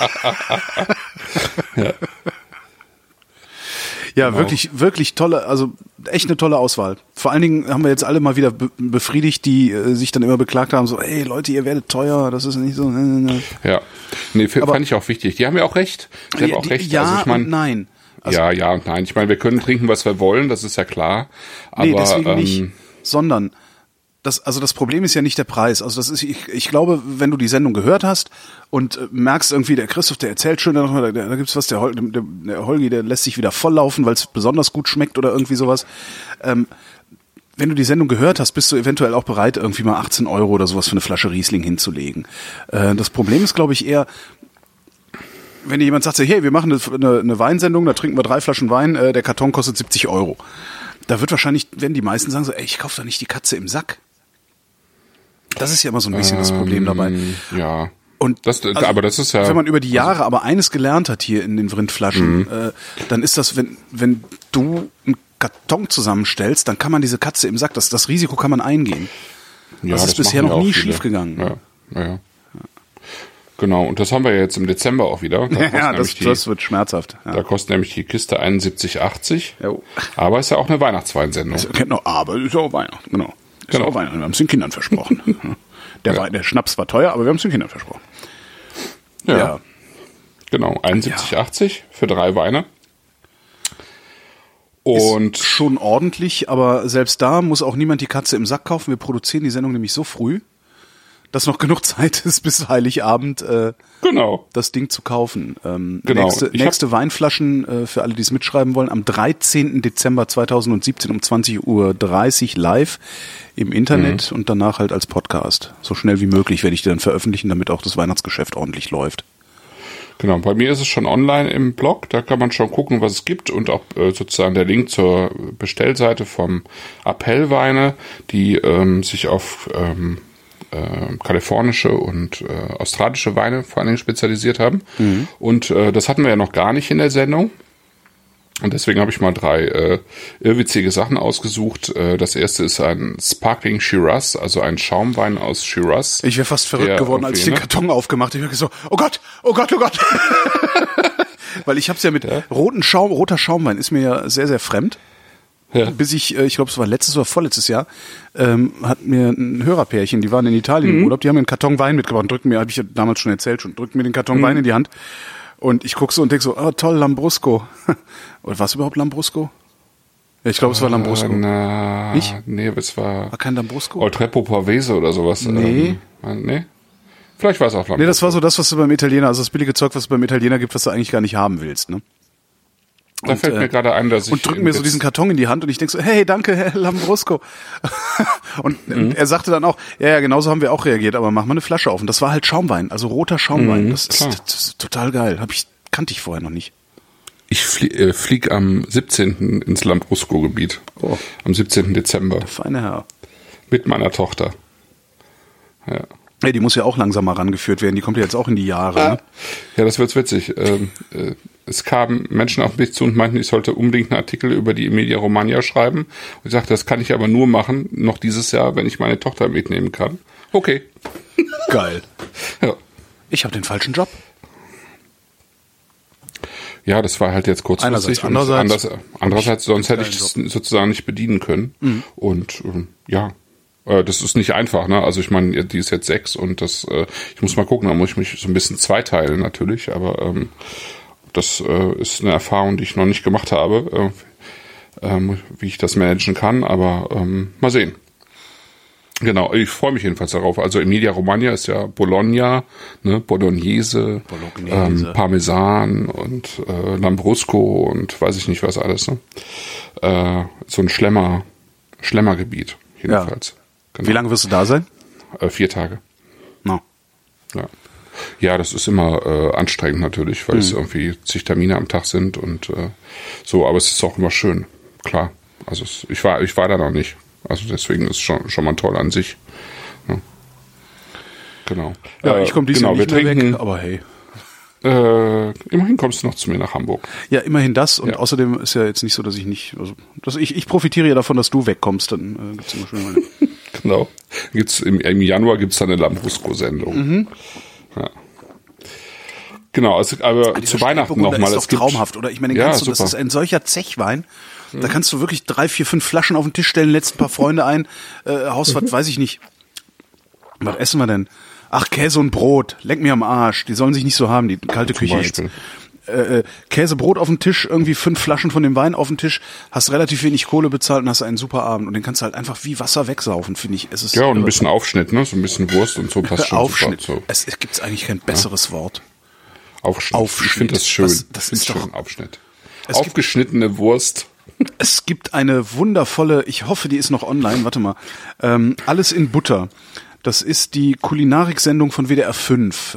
Ja, genau. Wirklich tolle, also echt eine tolle Auswahl. Vor allen Dingen haben wir jetzt alle mal wieder befriedigt, die sich dann immer beklagt haben, so, ey Leute, ihr werdet teuer, das ist nicht so. Ja, nee, fand ich auch wichtig. Die haben ja auch recht. Die haben auch recht. Ja, also ich mein, und nein. Also, ja und nein. Ich meine, wir können trinken, was wir wollen, das ist ja klar. Aber, nee, deswegen nicht, sondern das Problem ist ja nicht der Preis. Also das ist, ich glaube, wenn du die Sendung gehört hast und merkst irgendwie, der Christoph, der erzählt schön, da gibt's was, der Holgi, der lässt sich wieder volllaufen, weil es besonders gut schmeckt oder irgendwie sowas. Wenn du die Sendung gehört hast, bist du eventuell auch bereit, irgendwie mal 18 € oder sowas für eine Flasche Riesling hinzulegen. Das Problem ist, glaube ich, eher, wenn dir jemand sagt, hey, wir machen eine Weinsendung, da trinken wir 3 Flaschen Wein, der Karton kostet 70 €. Da werden die meisten sagen so, ey, ich kaufe doch nicht die Katze im Sack. Das ist ja immer so ein bisschen das Problem dabei. Ja. Und aber das ist ja, wenn man über die Jahre aber eines gelernt hat hier in den Vrindflaschen, dann ist das, wenn du einen Karton zusammenstellst, dann kann man diese Katze im Sack, das Risiko kann man eingehen. Ja, das ist bisher noch nie schief gegangen. Ja. Genau, und das haben wir jetzt im Dezember auch wieder. Das wird schmerzhaft. Ja. Da kostet nämlich die Kiste 71,80. Aber ist ja auch eine Weihnachtsweinsendung. Aber ist ja auch Weihnachten, genau. Ist auch Weihnachten. Wir haben es den Kindern versprochen. Der Schnaps war teuer, aber wir haben es den Kindern versprochen. Ja. Genau, 71,80 für 3 Weine. Und ist schon ordentlich, aber selbst da muss auch niemand die Katze im Sack kaufen. Wir produzieren die Sendung nämlich so früh, dass noch genug Zeit ist, bis Heiligabend das Ding zu kaufen. Nächste Weinflaschen, für alle, die es mitschreiben wollen, am 13. Dezember 2017 um 20:30 Uhr live im Internet und danach halt als Podcast. So schnell wie möglich werde ich die dann veröffentlichen, damit auch das Weihnachtsgeschäft ordentlich läuft. Genau, bei mir ist es schon online im Blog, da kann man schon gucken, was es gibt und auch sozusagen der Link zur Bestellseite vom Appellweine, die sich auf kalifornische und australische Weine vor allen Dingen spezialisiert haben. Und das hatten wir ja noch gar nicht in der Sendung. Und deswegen habe ich mal 3 irrwitzige Sachen ausgesucht. Das erste ist ein Sparkling Shiraz, also ein Schaumwein aus Shiraz. Ich wäre fast verrückt geworden, als ich den Karton aufgemacht habe. Ich habe so, oh Gott. Weil ich habe es ja mit roter Schaumwein ist mir ja sehr, sehr fremd. Ja. Bis ich glaube, es war letztes oder vorletztes Jahr, hat mir ein Hörerpärchen, die waren in Italien im Urlaub, die haben mir einen Karton Wein mitgebracht und habe ich ja damals schon erzählt, drückten mir den Karton Wein in die Hand. Und ich gucke so und denke so, oh toll, Lambrusco. Oder war es überhaupt Lambrusco? Ja, ich glaube, es war Lambrusco. Nicht? Nee, es war kein Lambrusco? Oltreppo Pavese oder sowas. Nee. Nee? Vielleicht war es auch Lambrusco. Nee, das war so das, was du beim Italiener, also das billige Zeug, was du beim Italiener gibt, was du eigentlich gar nicht haben willst, ne? Da fällt mir gerade ein, dass ich... Und drücken mir so diesen Karton in die Hand und ich denke so, hey, danke, Herr Lambrusco. Und er sagte dann auch, ja, genauso haben wir auch reagiert, aber mach mal eine Flasche auf. Und das war halt Schaumwein, also roter Schaumwein. Das ist total geil. Kannte ich vorher noch nicht. Ich flieg am 17. ins Lambrusco-Gebiet. Oh. Am 17. Dezember. Der feine Herr. Mit meiner Tochter. Ja. Ja, die muss ja auch langsam mal rangeführt werden. Die kommt ja jetzt auch in die Jahre. Ne? Ja, das wird's witzig. Es kamen Menschen auf mich zu und meinten, ich sollte unbedingt einen Artikel über die Emilia Romagna schreiben. Und ich sagte, das kann ich aber nur machen, noch dieses Jahr, wenn ich meine Tochter mitnehmen kann. Okay. Geil. Ja. Ich habe den falschen Job. Ja, das war halt jetzt kurzfristig. Andererseits, sonst hätte ich das sozusagen nicht bedienen können. Mhm. Und das ist nicht einfach, ne? Also ich meine, die ist jetzt 6 und das, ich muss mal gucken, da muss ich mich so ein bisschen zweiteilen natürlich, aber das ist eine Erfahrung, die ich noch nicht gemacht habe, wie ich das managen kann, aber mal sehen. Genau, ich freue mich jedenfalls darauf. Also Emilia Romagna ist ja Bologna, ne, Bolognese. Parmesan und Lambrusco und weiß ich nicht was alles. Ne? So ein Schlemmergebiet jedenfalls. Ja. Genau. Wie lange wirst du da sein? 4 Tage. No. Ja, das ist immer anstrengend natürlich, weil es irgendwie zig Termine am Tag sind und so, aber es ist auch immer schön, klar. Also ich war da noch nicht. Also deswegen ist es schon mal toll an sich. Ja. Genau. Ja, ich komme dieses Jahr nicht mehr weg, aber hey. Immerhin kommst du noch zu mir nach Hamburg. Ja, immerhin das. Und außerdem ist ja jetzt nicht so, dass ich nicht, ich profitiere ja davon, dass du wegkommst, dann gibt's immer schön meine. Genau. Im Januar gibt's dann eine Lambrusco-Sendung. Mhm. Ja. Genau, also, aber zu Weihnachten nochmal. Das ist doch traumhaft, oder? Ich meine, das ist ein solcher Zechwein. Da kannst du wirklich 3, 4, 5 Flaschen auf den Tisch stellen, lädst ein paar Freunde ein, Hausfahrt, weiß ich nicht. Was essen wir denn? Ach, Käse und Brot, leck mir am Arsch. Die sollen sich nicht so haben, die kalte Küche jetzt. Käse, Brot auf den Tisch, irgendwie 5 Flaschen von dem Wein auf den Tisch, hast relativ wenig Kohle bezahlt und hast einen super Abend. Und den kannst du halt einfach wie Wasser wegsaufen, finde ich. Es ist und ein bisschen Aufschnitt, ne? So ein bisschen Wurst und so passt schon. Aufschnitt. Super, so. Es gibt eigentlich kein besseres Wort. Aufschnitt. Ich finde das schön. Das ist doch Aufschnitt. Aufgeschnittene Wurst. Es gibt eine wundervolle, ich hoffe, die ist noch online, warte mal, Alles in Butter. Das ist die Kulinarik-Sendung von WDR 5.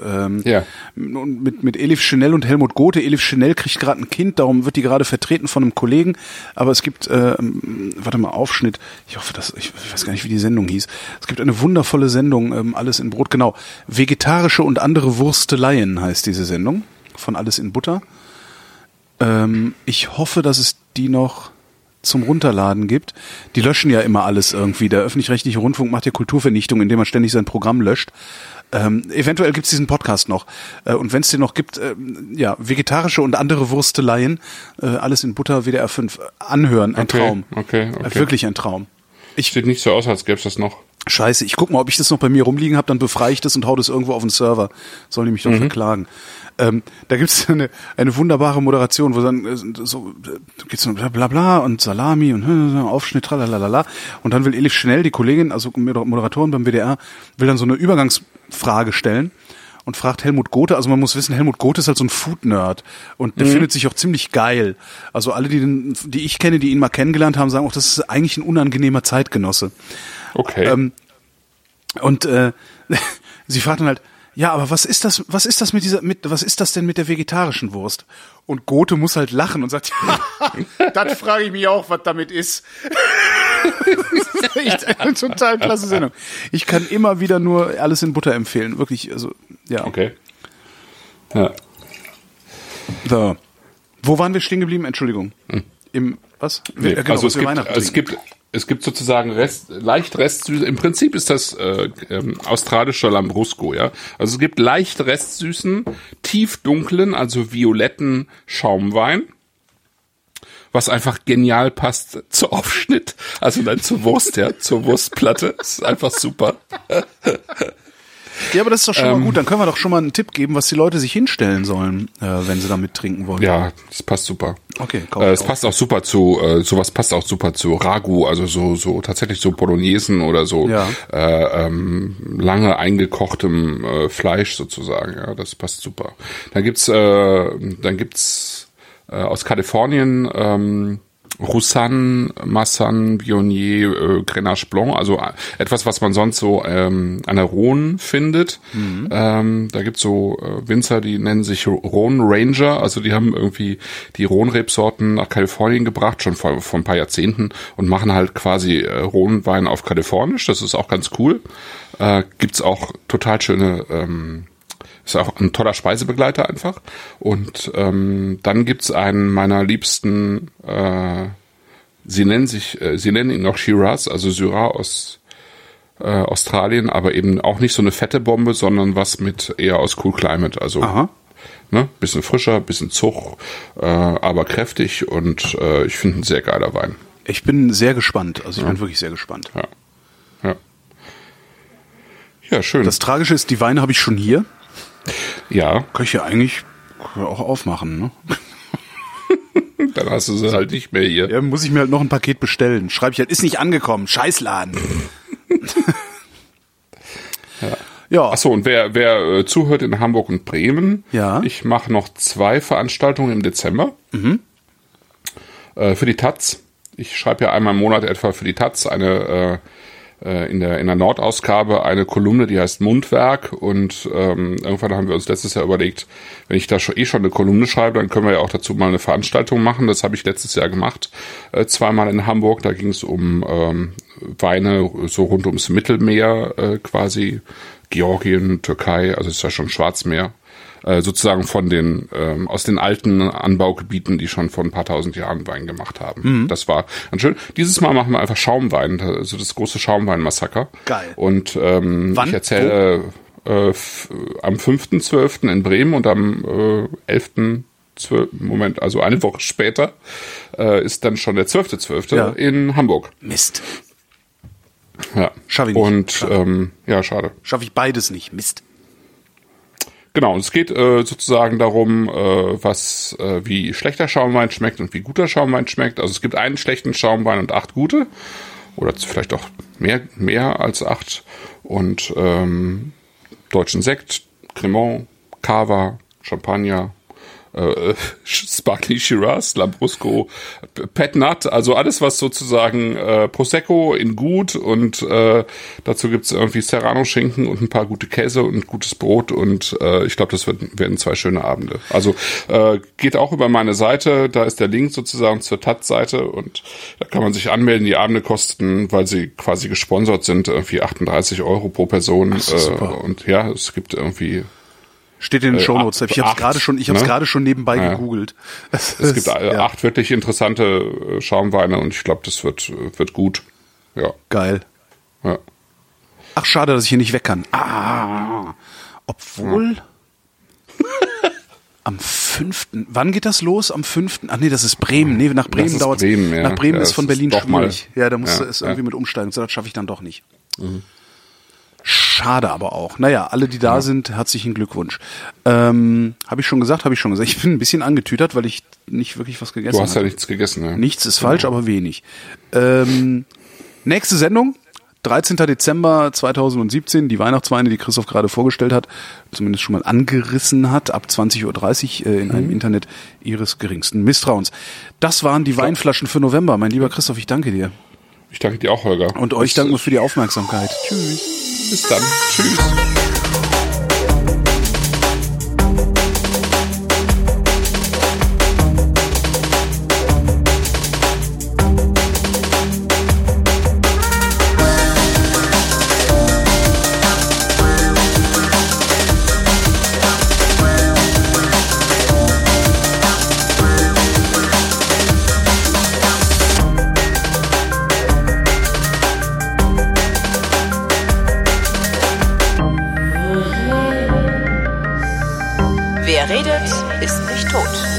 Mit Elif Schnell und Helmut Gothe. Elif Schnell kriegt gerade ein Kind, darum wird die gerade vertreten von einem Kollegen. Aber es gibt, Aufschnitt. Ich hoffe, ich weiß gar nicht, wie die Sendung hieß. Es gibt eine wundervolle Sendung, Alles in Brot, genau. Vegetarische und andere Wursteleien heißt diese Sendung. Von Alles in Butter. Ich hoffe, dass es die noch zum Runterladen gibt. Die löschen ja immer alles irgendwie. Der öffentlich-rechtliche Rundfunk macht ja Kulturvernichtung, indem man ständig sein Programm löscht. Eventuell gibt's diesen Podcast noch. Und wenn es den noch gibt, vegetarische und andere Wursteleien, Alles in Butter, WDR 5, anhören, ein Traum. Okay. Wirklich ein Traum. Sieht nicht so aus, als gäbe es das noch. Scheiße, ich guck mal, ob ich das noch bei mir rumliegen habe, dann befreie ich das und hau das irgendwo auf den Server. Sollen die mich doch verklagen. Da gibt's eine wunderbare Moderation, wo dann geht's so bla bla und Salami und Aufschnitt, tralalala. Und dann will Elif Schnell, die Kollegin, also Moderatorin beim WDR, will dann so eine Übergangsfrage stellen und fragt Helmut Gothe, also man muss wissen, Helmut Gothe ist halt so ein Food-Nerd und der findet sich auch ziemlich geil. Also alle, die ich kenne, die ihn mal kennengelernt haben, sagen auch, das ist eigentlich ein unangenehmer Zeitgenosse. Okay. Sie fragt dann halt, ja, aber was ist das denn mit der vegetarischen Wurst? Und Gothe muss halt lachen und sagt, das frage ich mich auch, was damit ist. Das ist echt eine total klasse Sendung. Ich kann immer wieder nur Alles in Butter empfehlen, wirklich, also, ja. Okay. Ja. So. Wo waren wir stehen geblieben? Entschuldigung. Im, was? Nee, genau, also es gibt sozusagen leicht Restsüße. Im Prinzip ist das australischer Lambrusco, ja. Also es gibt leicht restsüßen, tiefdunklen, also violetten Schaumwein, was einfach genial passt zu Aufschnitt, also dann zur Wurst, ja, zur Wurstplatte. Das ist einfach super. Ja, aber das ist doch schon mal gut. Dann können wir doch schon mal einen Tipp geben, was die Leute sich hinstellen sollen, wenn sie da mittrinken wollen. Ja, das passt super. Okay, es passt auch super zu, sowas passt auch super zu Ragu, also so tatsächlich so Bolognesen oder so, lange eingekochtem Fleisch sozusagen, ja, das passt super. Dann gibt's aus Kalifornien, Roussanne, Massan, Viognier, Grenache Blanc, also etwas, was man sonst so an der Rhone findet. Da gibt's so Winzer, die nennen sich Rhone Ranger, also die haben irgendwie die Rhone-Rebsorten nach Kalifornien gebracht, schon vor ein paar Jahrzehnten und machen halt quasi Rhone-Wein auf Kalifornisch, das ist auch ganz cool. Gibt's auch total schöne ist auch ein toller Speisebegleiter einfach. Und dann gibt's einen meiner liebsten, sie nennen ihn noch Shiraz, also Syrah aus Australien, aber eben auch nicht so eine fette Bombe, sondern was mit eher aus Cool Climate, also ne, bisschen frischer, bisschen Zug, aber kräftig und ich finde ein sehr geiler Wein. Ich bin sehr gespannt, also ich bin wirklich sehr gespannt. Ja, schön. Das Tragische ist, die Weine habe ich schon hier. Ja. Kann ich ja eigentlich auch aufmachen, ne? Dann hast du sie halt nicht mehr hier. Ja, muss ich mir halt noch ein Paket bestellen. Schreibe ich halt, ist nicht angekommen, Scheißladen. Ja. Achso, und wer zuhört in Hamburg und Bremen, ich mache noch 2 Veranstaltungen im Dezember für die Taz. Ich schreibe ja einmal im Monat etwa für die Taz eine in der Nordausgabe eine Kolumne, die heißt Mundwerk, und irgendwann haben wir uns letztes Jahr überlegt, wenn ich da schon eine Kolumne schreibe, dann können wir ja auch dazu mal eine Veranstaltung machen. Das habe ich letztes Jahr gemacht, 2-mal in Hamburg. Da ging es um Weine so rund ums Mittelmeer quasi, Georgien, Türkei, also ist ja schon Schwarzmeer. Sozusagen von den aus den alten Anbaugebieten, die schon vor ein paar tausend Jahren Wein gemacht haben. Das war ganz schön. Dieses Mal machen wir einfach Schaumwein, also das große Schaumwein-Massaker. Geil. Und ich erzähle am 5.12. in Bremen und am 11.12. also eine Woche später ist dann schon der 12.12. in Hamburg. Mist. Ja. Schaffe ich nicht. Und schade. Schaffe ich beides nicht. Mist. Genau, es geht sozusagen darum, wie schlechter Schaumwein schmeckt und wie guter Schaumwein schmeckt. Also es gibt einen schlechten Schaumwein und 8 gute. Oder vielleicht auch mehr als 8. Und deutschen Sekt, Cremant, Cava, Champagner, Sparkling Shiraz, Lambrusco, Pet Nat, also alles, was sozusagen Prosecco in gut, und dazu gibt's irgendwie Serrano-Schinken und ein paar gute Käse und gutes Brot, und ich glaube, das werden 2 schöne Abende. Also geht auch über meine Seite, da ist der Link sozusagen zur TAT-Seite, und da kann man sich anmelden. Die Abende kosten, weil sie quasi gesponsert sind, irgendwie 38 € pro Person. Und ja, es gibt irgendwie... Steht in den Shownotes. Ich habe es gerade schon nebenbei gegoogelt. Es gibt 8 wirklich interessante Schaumweine, und ich glaube, das wird gut. Ja. Geil. Ja. Ach, schade, dass ich hier nicht weg kann. Obwohl am 5. Wann geht das los? Am 5. Ach nee, das ist Bremen. Nee, nach Bremen dauert es. Nach Bremen ist von Berlin schwierig. Ja, da muss es irgendwie mit umsteigen. So, das schaffe ich dann doch nicht. Schade aber auch. Naja, alle, die da sind, herzlichen Glückwunsch. Habe ich schon gesagt. Ich bin ein bisschen angetütert, weil ich nicht wirklich was gegessen habe. Du hast ja nichts gegessen, ja. Nichts ist falsch, aber wenig. Nächste Sendung, 13. Dezember 2017, die Weihnachtsweine, die Christoph gerade vorgestellt hat, zumindest schon mal angerissen hat, ab 20.30 Uhr in einem Internet ihres geringsten Misstrauens. Das waren die Weinflaschen für November. Mein lieber Christoph, ich danke dir. Ich danke dir auch, Holger. Und euch danken wir für die Aufmerksamkeit. Tschüss. Bis dann. Tschüss. Wer redet, ist nicht tot.